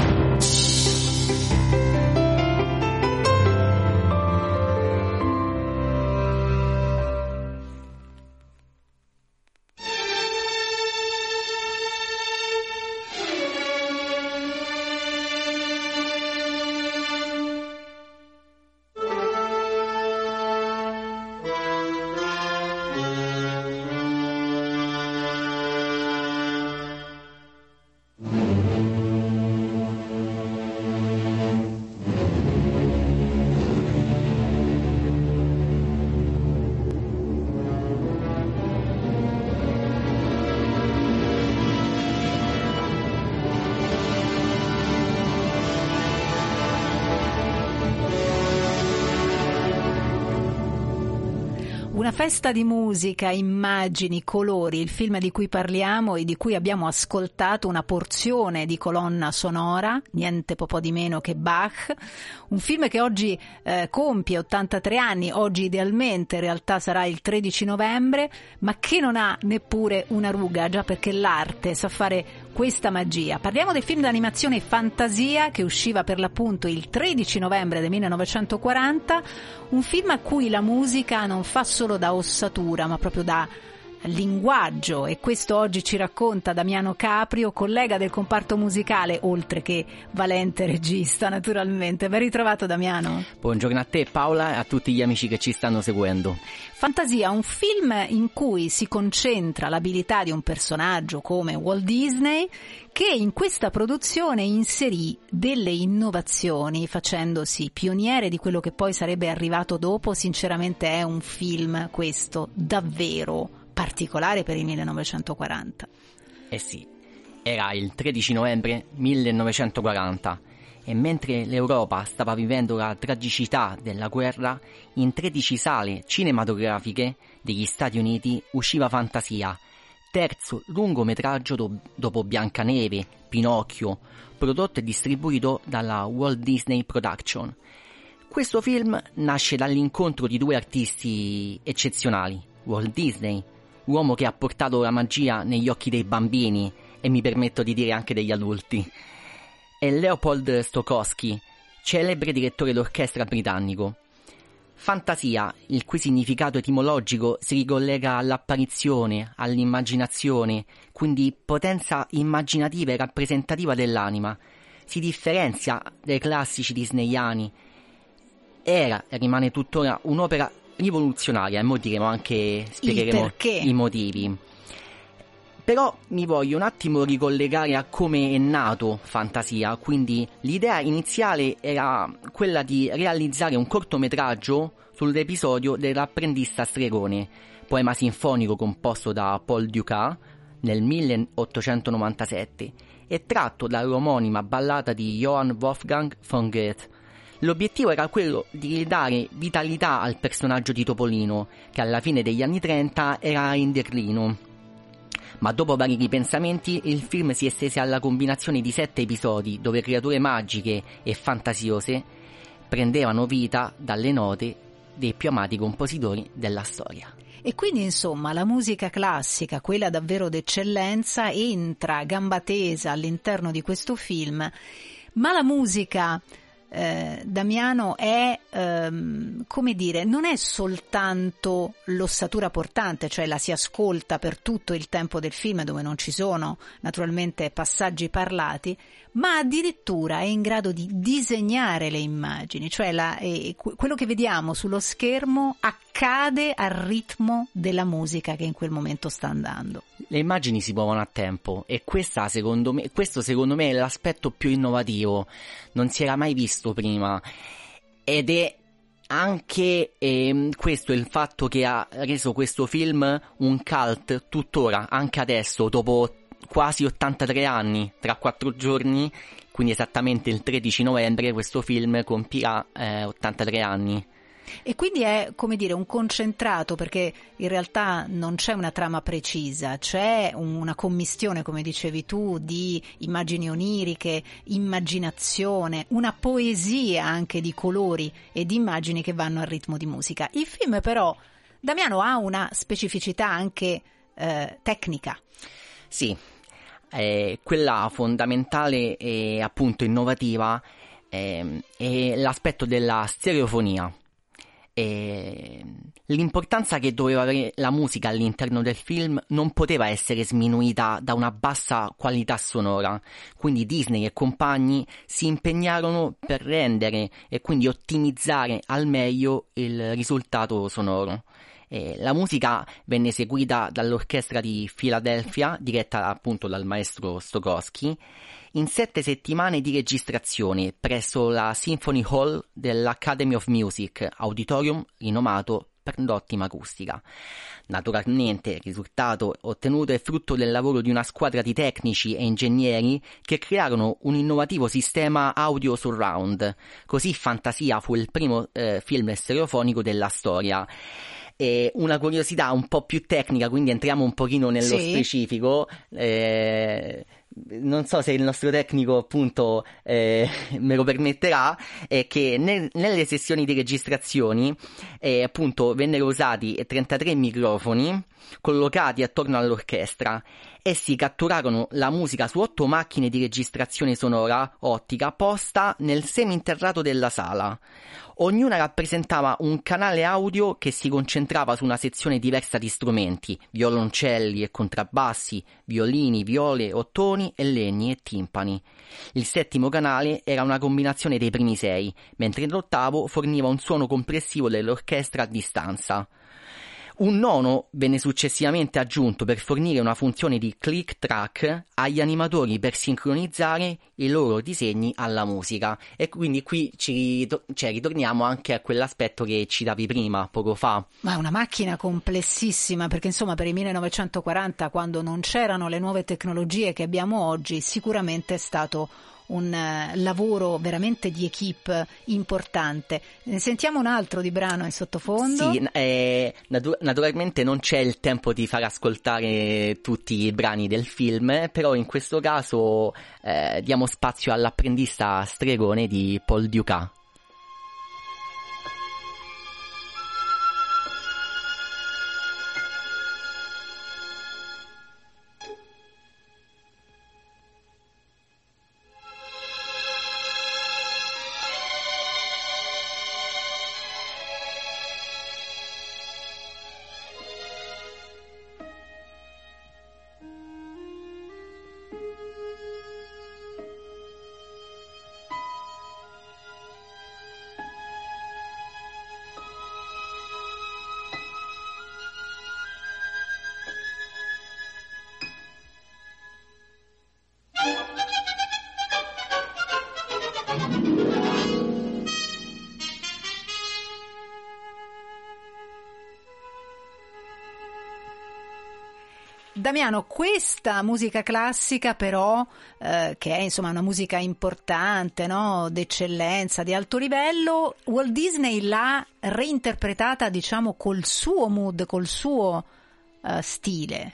Speaker 2: Una festa di musica, immagini, colori, il film di cui parliamo e di cui abbiamo ascoltato una porzione di colonna sonora, niente po' di meno che Bach, un film che oggi eh, compie ottantatré anni, oggi idealmente in realtà sarà il tredici novembre, ma che non ha neppure una ruga, già perché l'arte sa fare questa magia. Parliamo del film d'animazione Fantasia, che usciva per l'appunto il tredici novembre del millenovecentoquaranta, un film a cui la musica non fa solo da ossatura, ma proprio da linguaggio, e questo oggi ci racconta Damiano Caprio, collega del comparto musicale, oltre che valente regista naturalmente. Ben ritrovato Damiano.
Speaker 4: Buongiorno a te Paola e a tutti gli amici che ci stanno seguendo.
Speaker 2: Fantasia, un film in cui si concentra l'abilità di un personaggio come Walt Disney, che in questa produzione inserì delle innovazioni facendosi pioniere di quello che poi sarebbe arrivato dopo. Sinceramente è un film questo davvero particolare per il millenovecentoquaranta.
Speaker 4: Eh sì, era il tredici novembre millenovecentoquaranta e mentre l'Europa stava vivendo la tragicità della guerra, in tredici sale cinematografiche degli Stati Uniti usciva Fantasia, terzo lungometraggio do- dopo Biancaneve, Pinocchio, prodotto e distribuito dalla Walt Disney Production. Questo film nasce dall'incontro di due artisti eccezionali, Walt Disney, l'uomo che ha portato la magia negli occhi dei bambini e mi permetto di dire anche degli adulti, e Leopold Stokowski, celebre direttore d'orchestra britannico. Fantasia, il cui significato etimologico si ricollega all'apparizione, all'immaginazione, quindi potenza immaginativa e rappresentativa dell'anima. Si differenzia dai classici disneyani. Era e rimane tuttora un'opera rivoluzionaria, e mo diremo anche, spiegheremo i motivi. Però mi voglio un attimo ricollegare a come è nato Fantasia. Quindi l'idea iniziale era quella di realizzare un cortometraggio sull'episodio dell'apprendista stregone, poema sinfonico composto da Paul Dukas nel milleottocentonovantasette e tratto dall'omonima ballata di Johann Wolfgang von Goethe. L'obiettivo era quello di ridare vitalità al personaggio di Topolino, che alla fine degli anni trenta era in declino. Ma dopo vari ripensamenti il film si estese alla combinazione di sette episodi dove creature magiche e fantasiose prendevano vita dalle note dei più amati compositori della storia.
Speaker 2: E quindi insomma la musica classica, quella davvero d'eccellenza, entra a gamba tesa all'interno di questo film, ma la musica Eh, Damiano è ehm, come dire, non è soltanto l'ossatura portante, cioè la si ascolta per tutto il tempo del film dove non ci sono naturalmente passaggi parlati, ma addirittura è in grado di disegnare le immagini, cioè la, eh, quello che vediamo sullo schermo accade al ritmo della musica che in quel momento sta andando.
Speaker 4: Le immagini si muovono a tempo e questa, secondo me, questo secondo me è l'aspetto più innovativo, non si era mai visto prima, ed è anche eh, questo il fatto che ha reso questo film un cult tuttora, anche adesso, dopo quasi ottantatré anni, tra quattro giorni, quindi esattamente il tredici novembre questo film compirà eh, ottantatré anni.
Speaker 2: E quindi è, come dire, un concentrato, perché in realtà non c'è una trama precisa, c'è una commistione, come dicevi tu, di immagini oniriche, immaginazione, una poesia anche di colori e di immagini che vanno al ritmo di musica. Il film però, Damiano, ha una specificità anche eh, tecnica.
Speaker 4: Sì, eh, quella fondamentale e appunto innovativa eh, è l'aspetto della stereofonia. E l'importanza che doveva avere la musica all'interno del film non poteva essere sminuita da una bassa qualità sonora, quindi Disney e compagni si impegnarono per rendere e quindi ottimizzare al meglio il risultato sonoro. E la musica venne eseguita dall'orchestra di Philadelphia, diretta appunto dal maestro Stokowski, in sette settimane di registrazione presso la Symphony Hall dell'Academy of Music, auditorium rinomato per l'ottima acustica. Naturalmente il risultato ottenuto è frutto del lavoro di una squadra di tecnici e ingegneri che crearono un innovativo sistema audio surround. Così Fantasia fu il primo eh, film stereofonico della storia. E una curiosità un po' più tecnica, quindi entriamo un pochino nello
Speaker 2: sì.
Speaker 4: specifico. Eh, non so se il nostro tecnico appunto eh, me lo permetterà, è che nel, nelle sessioni di registrazioni eh, appunto vennero usati trentatré microfoni collocati attorno all'orchestra. Essi catturarono la musica su otto macchine di registrazione sonora ottica posta nel seminterrato della sala. Ognuna rappresentava un canale audio che si concentrava su una sezione diversa di strumenti, violoncelli e contrabbassi, violini, viole, ottoni e legni e timpani. Il settimo canale era una combinazione dei primi sei, mentre l'ottavo forniva un suono complessivo dell'orchestra a distanza. Un nono venne successivamente aggiunto per fornire una funzione di click track agli animatori per sincronizzare i loro disegni alla musica. E quindi qui ci cioè, ritorniamo anche a quell'aspetto che citavi prima, poco fa.
Speaker 2: Ma è una macchina complessissima, perché insomma per il millenovecentoquaranta, quando non c'erano le nuove tecnologie che abbiamo oggi, sicuramente è stato un uh, lavoro veramente di equipe importante. Ne sentiamo un altro di brano in sottofondo.
Speaker 4: Sì, eh, natu- naturalmente non c'è il tempo di far ascoltare tutti i brani del film, però in questo caso eh, diamo spazio all'apprendista stregone di Paul Dukas.
Speaker 2: Damiano, questa musica classica però, eh, che è insomma una musica importante, no? D'eccellenza, di alto livello, Walt Disney l'ha reinterpretata, diciamo, col suo mood, col suo uh, stile.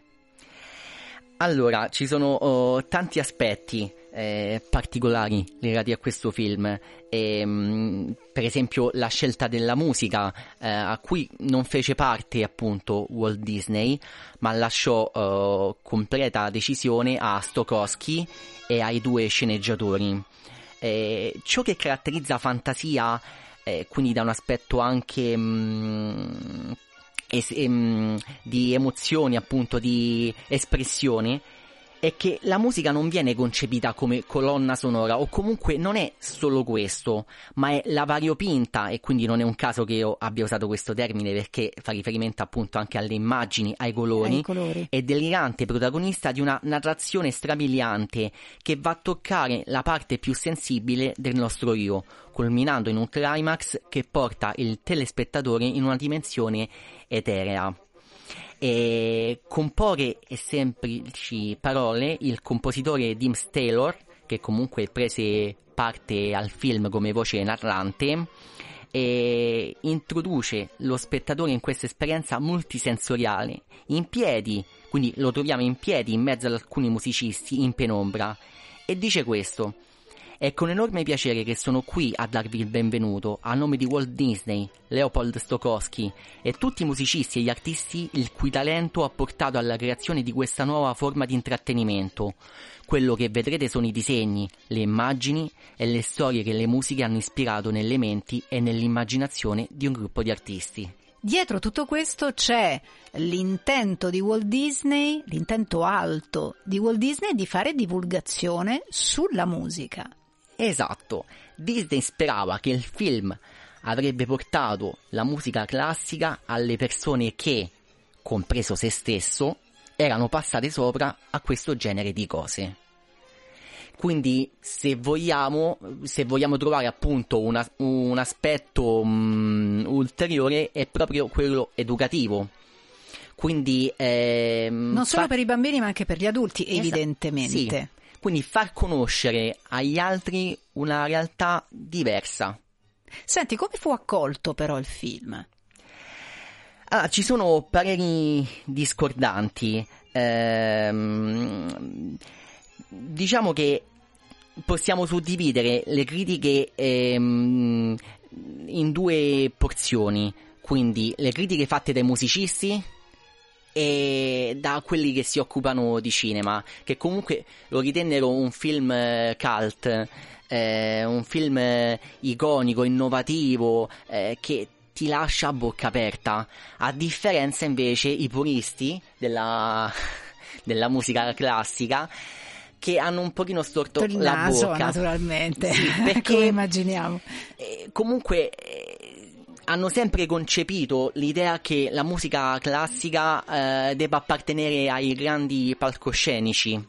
Speaker 4: Allora, ci sono oh, tanti aspetti eh, particolari legati a questo film. E, mh, per esempio la scelta della musica, eh, a cui non fece parte appunto Walt Disney, ma lasciò eh, completa decisione a Stokowski e ai due sceneggiatori. Eh, ciò che caratterizza Fantasia, eh, quindi da un aspetto anche mh, es- em, di emozioni, appunto di espressione, è che la musica non viene concepita come colonna sonora, o comunque non è solo questo, ma è la variopinta, e quindi non è un caso che io abbia usato questo termine, perché fa riferimento appunto anche alle immagini, ai colori,
Speaker 2: ai colori.
Speaker 4: e delirante protagonista di una narrazione strabiliante che va a toccare la parte più sensibile del nostro io, culminando in un climax che porta il telespettatore in una dimensione eterea. E con poche e semplici parole il compositore Deems Taylor, che comunque prese parte al film come voce narrante, e introduce lo spettatore in questa esperienza multisensoriale, in piedi, quindi lo troviamo in piedi in mezzo ad alcuni musicisti in penombra, e dice questo: è con enorme piacere che sono qui a darvi il benvenuto a nome di Walt Disney, Leopold Stokowski e tutti i musicisti e gli artisti il cui talento ha portato alla creazione di questa nuova forma di intrattenimento. Quello che vedrete sono i disegni, le immagini e le storie che le musiche hanno ispirato nelle menti e nell'immaginazione di un gruppo di artisti.
Speaker 2: Dietro tutto questo c'è l'intento di Walt Disney, l'intento alto di Walt Disney di fare divulgazione sulla musica.
Speaker 4: Esatto, Disney sperava che il film avrebbe portato la musica classica alle persone che, compreso se stesso, erano passate sopra a questo genere di cose. Quindi se vogliamo, se vogliamo trovare appunto una, un aspetto um, ulteriore, è proprio quello educativo. Quindi ehm,
Speaker 2: non solo
Speaker 4: fa...
Speaker 2: per i bambini ma anche per gli adulti, Esa- evidentemente.
Speaker 4: Sì. Quindi far conoscere agli altri una realtà diversa.
Speaker 2: Senti, come fu accolto però il film?
Speaker 4: Ah, ci sono pareri discordanti. Ehm, diciamo che possiamo suddividere le critiche ehm, in due porzioni, quindi le critiche fatte dai musicisti e da quelli che si occupano di cinema, che comunque lo ritennero un film cult, eh, un film iconico, innovativo, eh, che ti lascia a bocca aperta, a differenza invece i puristi della, della musica classica, che hanno un pochino storto
Speaker 2: il
Speaker 4: la
Speaker 2: naso,
Speaker 4: bocca,
Speaker 2: naturalmente,
Speaker 4: sì, perché
Speaker 2: come immaginiamo.
Speaker 4: Eh, comunque eh, hanno sempre concepito l'idea che la musica classica eh, debba appartenere ai grandi palcoscenici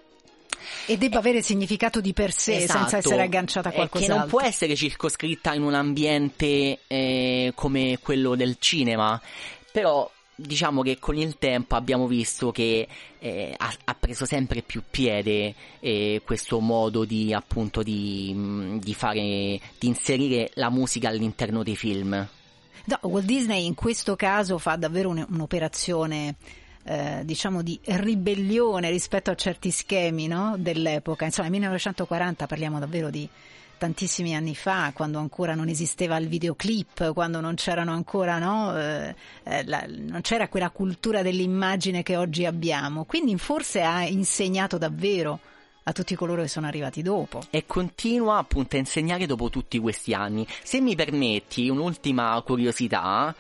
Speaker 2: e debba avere significato di per sé,
Speaker 4: esatto,
Speaker 2: senza essere agganciata a qualcos'altro,
Speaker 4: che non può essere circoscritta in un ambiente eh, come quello del cinema. Però diciamo che con il tempo abbiamo visto che eh, ha, ha preso sempre più piede eh, questo modo di appunto di, di fare, di inserire la musica all'interno dei film.
Speaker 2: No, Walt Disney in questo caso fa davvero un, un'operazione eh, diciamo di ribellione rispetto a certi schemi, no? dell'epoca. Insomma, nel millenovecentoquaranta parliamo davvero di tantissimi anni fa, quando ancora non esisteva il videoclip, quando non c'erano ancora, no, eh, eh, la, non c'era quella cultura dell'immagine che oggi abbiamo. Quindi forse ha insegnato davvero a tutti coloro che sono arrivati dopo.
Speaker 4: E continua appunto a insegnare dopo tutti questi anni. Se mi permetti un'ultima curiosità,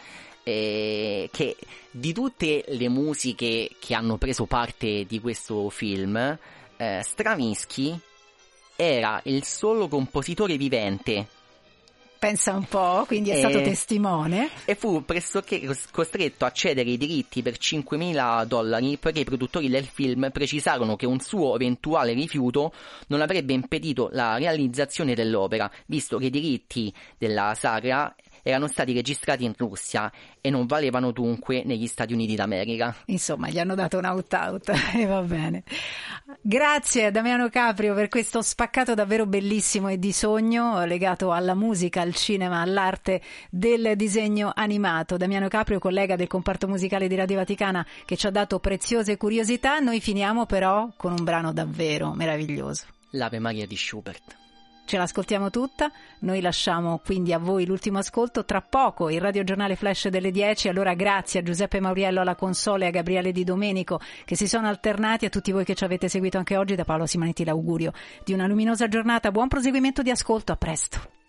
Speaker 4: eh, che di tutte le musiche che hanno preso parte di questo film, eh, Stravinsky era il solo compositore vivente.
Speaker 2: Pensa un po', quindi è
Speaker 4: e,
Speaker 2: stato testimone.
Speaker 4: E fu pressoché costretto a cedere i diritti per cinquemila dollari perché i produttori del film precisarono che un suo eventuale rifiuto non avrebbe impedito la realizzazione dell'opera, visto che i diritti della sagra erano stati registrati in Russia e non valevano dunque negli Stati Uniti d'America.
Speaker 2: Insomma, gli hanno dato un out-out e va bene. Grazie a Damiano Caprio per questo spaccato davvero bellissimo e di sogno legato alla musica, al cinema, all'arte del disegno animato. Damiano Caprio, collega del comparto musicale di Radio Vaticana, che ci ha dato preziose curiosità. Noi finiamo però con un brano davvero meraviglioso.
Speaker 4: L'Ave Maria di Schubert.
Speaker 2: Ce l'ascoltiamo tutta, noi lasciamo quindi a voi l'ultimo ascolto, tra poco il Radio Giornale Flash delle dieci, allora grazie a Giuseppe Mauriello alla console e a Gabriele Di Domenico che si sono alternati, a tutti voi che ci avete seguito anche oggi, da Paolo Simonetti l'augurio di una luminosa giornata, buon proseguimento di ascolto, a presto.